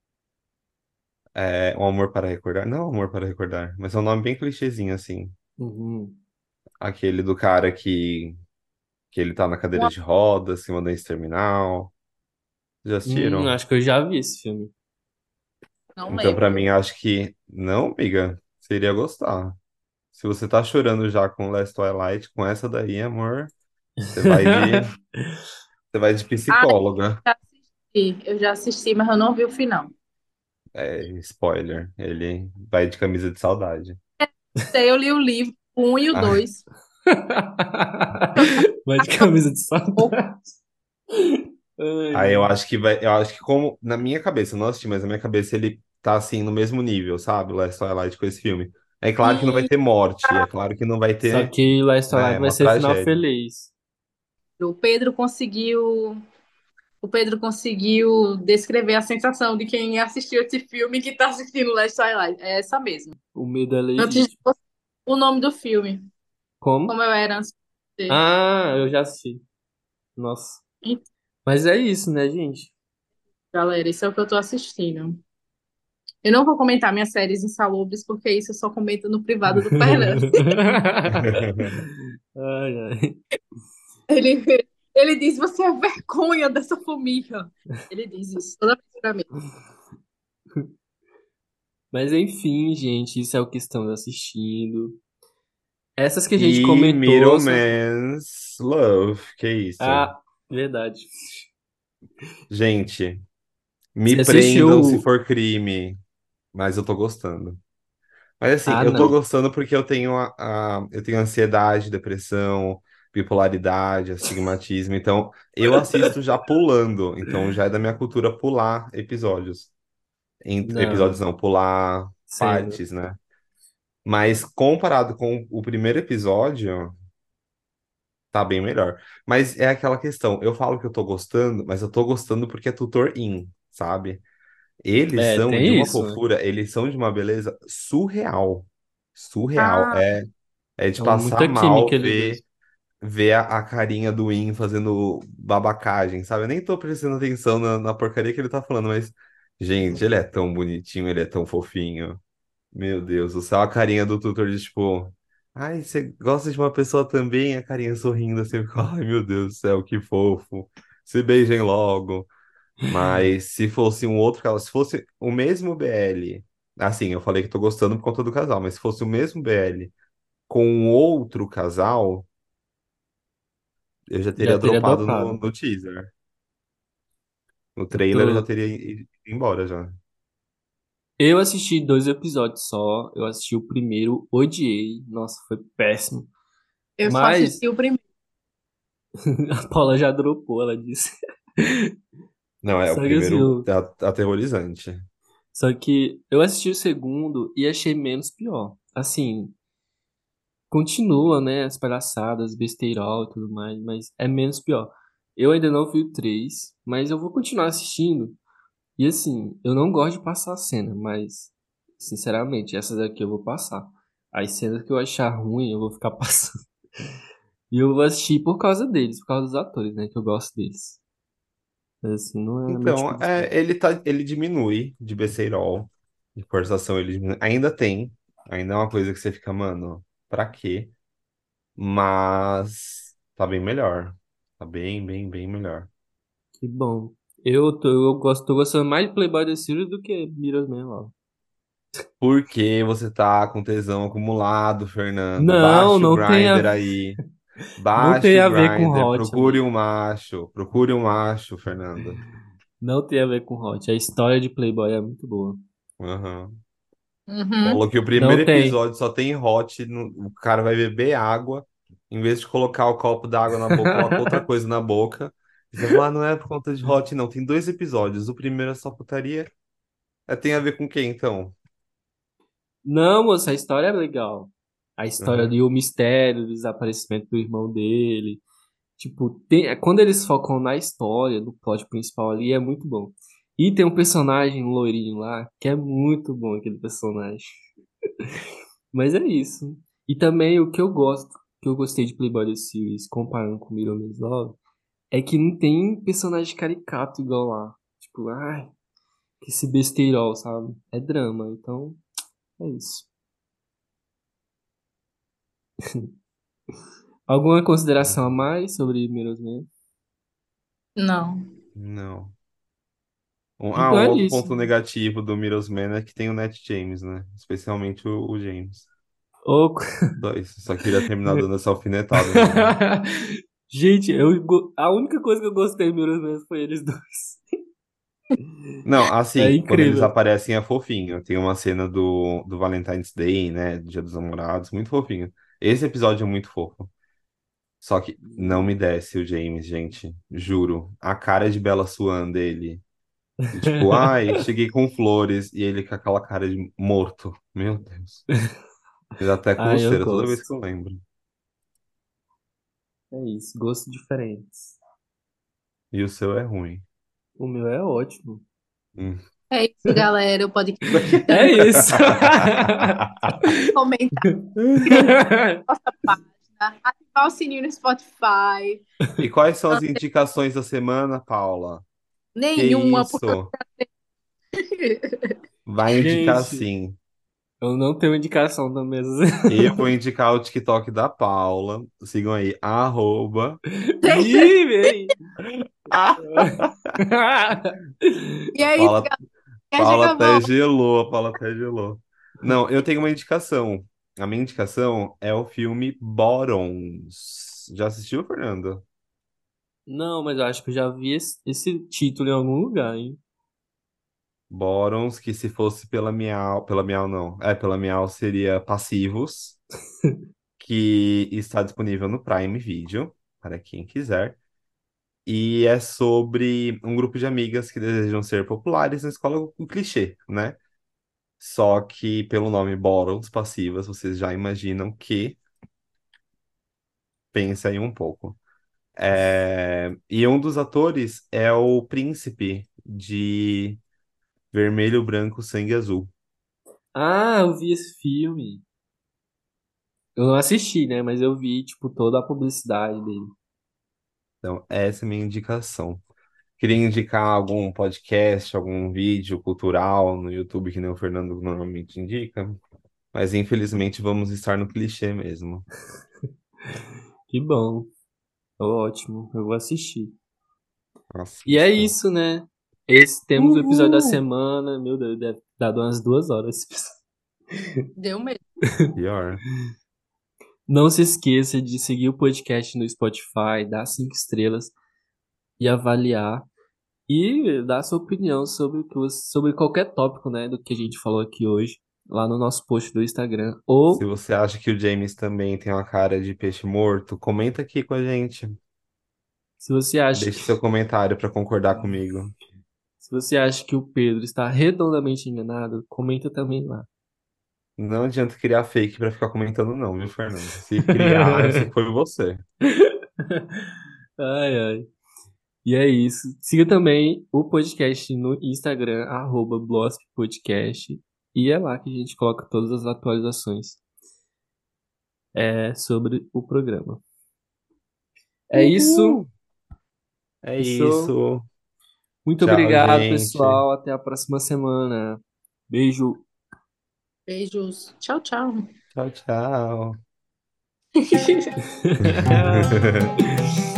S2: Um Amor para Recordar. Não, Um Amor para Recordar, mas é um nome bem clichêzinho, assim.
S1: Uhum.
S2: Aquele do cara que ele tá na cadeira
S3: uma,
S2: de rodas, em uma doença terminal. Já assistiram?
S1: Acho que eu já vi esse filme.
S3: não
S2: Então, pra
S3: lembro.
S2: mim, acho que, não, amiga, você iria gostar. Se você tá chorando já com Last Twilight, com essa daí, amor, você vai de, você vai de
S3: Ah,
S2: psicóloga.
S3: eu já assisti, mas eu não vi o final.
S2: É, spoiler, ele vai de camisa de saudade.
S3: Daí eu li o livro, o 1 e o
S2: Ah,
S3: 2.
S1: Vai de camisa de saudade. Ai,
S2: aí eu
S1: ai.
S2: acho que vai, eu acho que como, na minha cabeça, eu não assisti, mas na minha cabeça ele tá assim no mesmo nível, sabe? Last Twilight com esse filme. É claro que não vai
S3: E
S2: ter morte, é claro que não vai
S1: Só
S2: ter,
S1: que Last
S2: né,
S1: Live vai
S2: uma
S1: ser final
S2: tragédia.
S1: feliz.
S3: o Pedro conseguiu. O Pedro conseguiu descrever a sensação de quem assistiu esse filme e que está assistindo Last Twilight. É essa mesmo.
S1: O medo é
S3: Antes de
S1: legítimo.
S3: o nome do filme,
S1: Como?
S3: como eu era antes de ter.
S1: Ah, eu já assisti. Nossa.
S3: Então,
S1: Mas é isso, né, gente?
S3: galera, isso é o que eu tô assistindo. Eu não vou comentar minhas séries insalubres, porque isso eu só comento no privado do Fernando.
S1: Ai, ai.
S3: Ele, ele diz: Você é vergonha dessa família. Ele diz isso toda vez pra mim.
S1: Mas enfim, gente, isso é o que estamos assistindo. Essas que a gente
S2: E
S1: comentou são.
S2: Middleman's Love, que isso?
S1: Ah, verdade.
S2: Gente, me
S1: Você
S2: prendam se
S1: assistiu.
S2: for crime, mas eu tô gostando. Mas assim,
S1: Ah,
S2: eu tô
S1: não.
S2: gostando porque eu tenho eu tenho ansiedade, depressão, bipolaridade, astigmatismo, então eu assisto já pulando, então já é da minha cultura pular episódios. Episódios
S1: Não.
S2: não, pular
S1: Cena.
S2: partes, né? Mas comparado com o primeiro episódio, tá bem melhor. Mas é aquela questão, eu falo que eu tô gostando, mas eu tô gostando porque é tutor in, sabe? Eles
S1: É,
S2: são de
S1: tem
S2: uma
S1: isso, né?
S2: fofura, eles são de uma beleza surreal. Surreal.
S3: Ah,
S2: É de
S1: É
S2: passar
S1: muita
S2: mal
S1: química eles dois.
S2: ver a carinha do In fazendo babacagem, sabe? Eu nem tô prestando atenção na porcaria que ele tá falando, mas, gente, ele é tão bonitinho, ele é tão fofinho. Meu Deus, o céu, a carinha do tutor de tipo, ai, você gosta de uma pessoa também? A carinha sorrindo, assim, fica, ai, meu Deus do céu, que fofo. Se beijem logo. Mas se fosse um outro casal, se fosse o mesmo BL, assim, eu falei que tô gostando por conta do casal, mas se fosse o mesmo BL com um outro casal, eu já
S1: Já
S2: teria
S1: teria
S2: dropado no,
S1: dopado.
S2: no teaser. No
S1: Eu
S2: trailer eu já
S1: tô.
S2: teria ido embora já.
S1: Eu assisti 2 episódios só. Eu assisti o primeiro, odiei. Nossa, foi péssimo.
S3: Eu só
S1: Mas
S3: assisti o primeiro.
S1: a Paula já dropou, ela disse.
S2: Não, é o
S1: Só que assim,
S2: primeiro aterrorizante.
S1: só que eu assisti o segundo e achei menos pior. Assim, continua, né, as palhaçadas, besteirol e tudo mais, mas é menos pior. Eu ainda não vi o 3, mas eu vou continuar assistindo. E assim, eu não gosto de passar a cena, mas, sinceramente, essas aqui eu vou passar. As cenas que eu achar ruim, eu vou ficar passando. E eu vou assistir por causa deles, por causa dos atores, né, que eu gosto deles. Mas assim, não é meu tipo
S2: Então,
S1: de série.
S2: ele diminui de becerol, de forçação, ele diminui. Ainda tem, ainda é uma coisa que você fica, mano, pra quê? Mas tá bem melhor. Tá bem, bem, bem melhor.
S1: Que bom. Tô gostando mais de Playboy The Series do que Miras mesmo, ó.
S2: Porque você tá com tesão acumulado, Fernando.
S1: Não,
S2: Baixe o
S1: não tem
S2: grinder
S1: a,
S2: aí.
S1: não tem
S2: Baixe o
S1: a ver com
S2: grinder.
S1: Hot,
S2: Procure
S1: amigo.
S2: um macho. Procure um macho, Fernando.
S1: Não tem a ver com Hot. A história de Playboy é muito boa.
S2: Aham.
S3: Uhum.
S2: Falou que o primeiro
S1: Não tem.
S2: episódio só tem hot, o cara vai beber água, em vez de colocar o copo d'água na boca, coloca outra coisa na boca. E você fala, ah, não é por conta de hot, não. Tem 2 episódios. O primeiro é só putaria. É, tem a ver com quem, então?
S1: Não, moça, a história é legal. A história
S2: Aham.
S1: de o mistério do desaparecimento do irmão dele. Tipo, quando eles focam na história, do plot principal ali, é muito bom. E tem um personagem um loirinho lá, que é muito bom aquele personagem. Mas é isso. E também o que eu gosto, que eu gostei de Playboy The Series, comparando com Mirror's Love, é que não tem personagem caricato igual lá. Tipo, ai, que esse besteirol, sabe? É drama, então é isso. Alguma consideração a mais sobre Mirror's Man?
S3: Não.
S2: Não.
S1: Então
S2: Um
S1: é
S2: outro
S1: isso.
S2: ponto negativo do Middleman é que tem o Net James, né? Especialmente o James.
S1: Ô,
S2: Só isso. Só queria terminar dando essa alfinetada nele.
S1: gente, a única coisa que eu gostei de Mirror's Man foi eles dois.
S2: Não,
S1: É
S2: assim, quando eles
S1: incrível.
S2: aparecem é fofinho. Tem uma cena do Valentine's Day, né? Do Dia dos Namorados, muito fofinho. Esse episódio é muito fofo. Só que não me desce o James, gente. Juro. A cara de Bela Swan dele. De tipo, ai, cheguei com flores. E ele com aquela cara de morto. Meu Deus. Me dá até
S1: Ah, eu
S2: coceira toda vez que
S1: gosto.
S2: eu lembro.
S1: É isso, gostos diferentes.
S2: E o seu é ruim.
S1: O meu é ótimo.
S2: Hum.
S3: É isso, galera. O podcast
S1: É
S3: termina.
S1: isso.
S3: Comentar, inscrever na nossa página, ativar o sininho no Spotify.
S2: E quais são as indicações da semana, Paula? Que
S3: Nenhuma, porque
S2: isso? Vai indicar
S1: Gente,
S2: sim.
S1: eu não tenho indicação da mesa.
S2: Eu vou indicar o TikTok da Paula. Sigam aí, arroba.
S1: Ih, véi.
S2: Ah,
S3: E
S2: a
S3: é isso,
S2: Paula,
S3: galera. Quer
S2: Paula
S3: chega,
S2: até
S3: volta.
S2: gelou, a Paula até gelou. Não, eu tenho uma indicação. A minha indicação é o filme Borons. Já assistiu, Fernando?
S1: Não, mas eu acho que eu já vi esse título em algum lugar, hein?
S2: Borons, que se fosse pela Miau não, pela Miau seria Passivos, que está disponível no Prime Video, para quem quiser. E é sobre um grupo de amigas que desejam ser populares na escola, um clichê, né? Só que pelo nome Borrows, passivas, vocês já imaginam que pensa aí um pouco. E um dos atores é o príncipe de Vermelho, Branco, Sangue Azul.
S1: Ah, eu vi esse filme. Eu não assisti, né? Mas eu vi, tipo, toda a publicidade dele.
S2: Então, essa é a minha indicação. Queria indicar algum podcast, algum vídeo cultural no YouTube que nem o Fernando normalmente indica, mas infelizmente vamos estar no clichê mesmo.
S1: Que bom. Ótimo. Eu vou assistir. E é
S2: Assista.
S1: isso, né? Temos o episódio da
S3: Uhul.
S1: semana. Meu Deus, deve ter dado umas 2 horas.
S3: Deu mesmo.
S2: Pior.
S1: Não se esqueça de seguir o podcast no Spotify, dar 5 estrelas e avaliar. E dar sua opinião sobre qualquer tópico, né, do que a gente falou aqui hoje, lá no nosso post do Instagram.
S2: Se
S1: Ou
S2: você acha que o James também tem uma cara de peixe morto, comenta aqui com a gente.
S1: se você acha que,
S2: Deixe seu comentário para concordar comigo.
S1: se você acha que o Pedro está redondamente enganado, comenta também lá.
S2: Não adianta criar fake para ficar comentando, não, viu, Fernando? Se criar, esse foi você.
S1: Ai, ai. E é isso. Siga também o podcast no Instagram, @blospodcast. E é lá que a gente coloca todas as atualizações sobre o programa. É isso.
S2: Uhul. É
S1: Fechou?
S2: isso.
S1: Muito
S2: Tchau,
S1: obrigado,
S2: gente.
S1: pessoal. Até a próxima semana. Beijo.
S3: Beijos. Tchau, tchau.
S2: Tchau, tchau.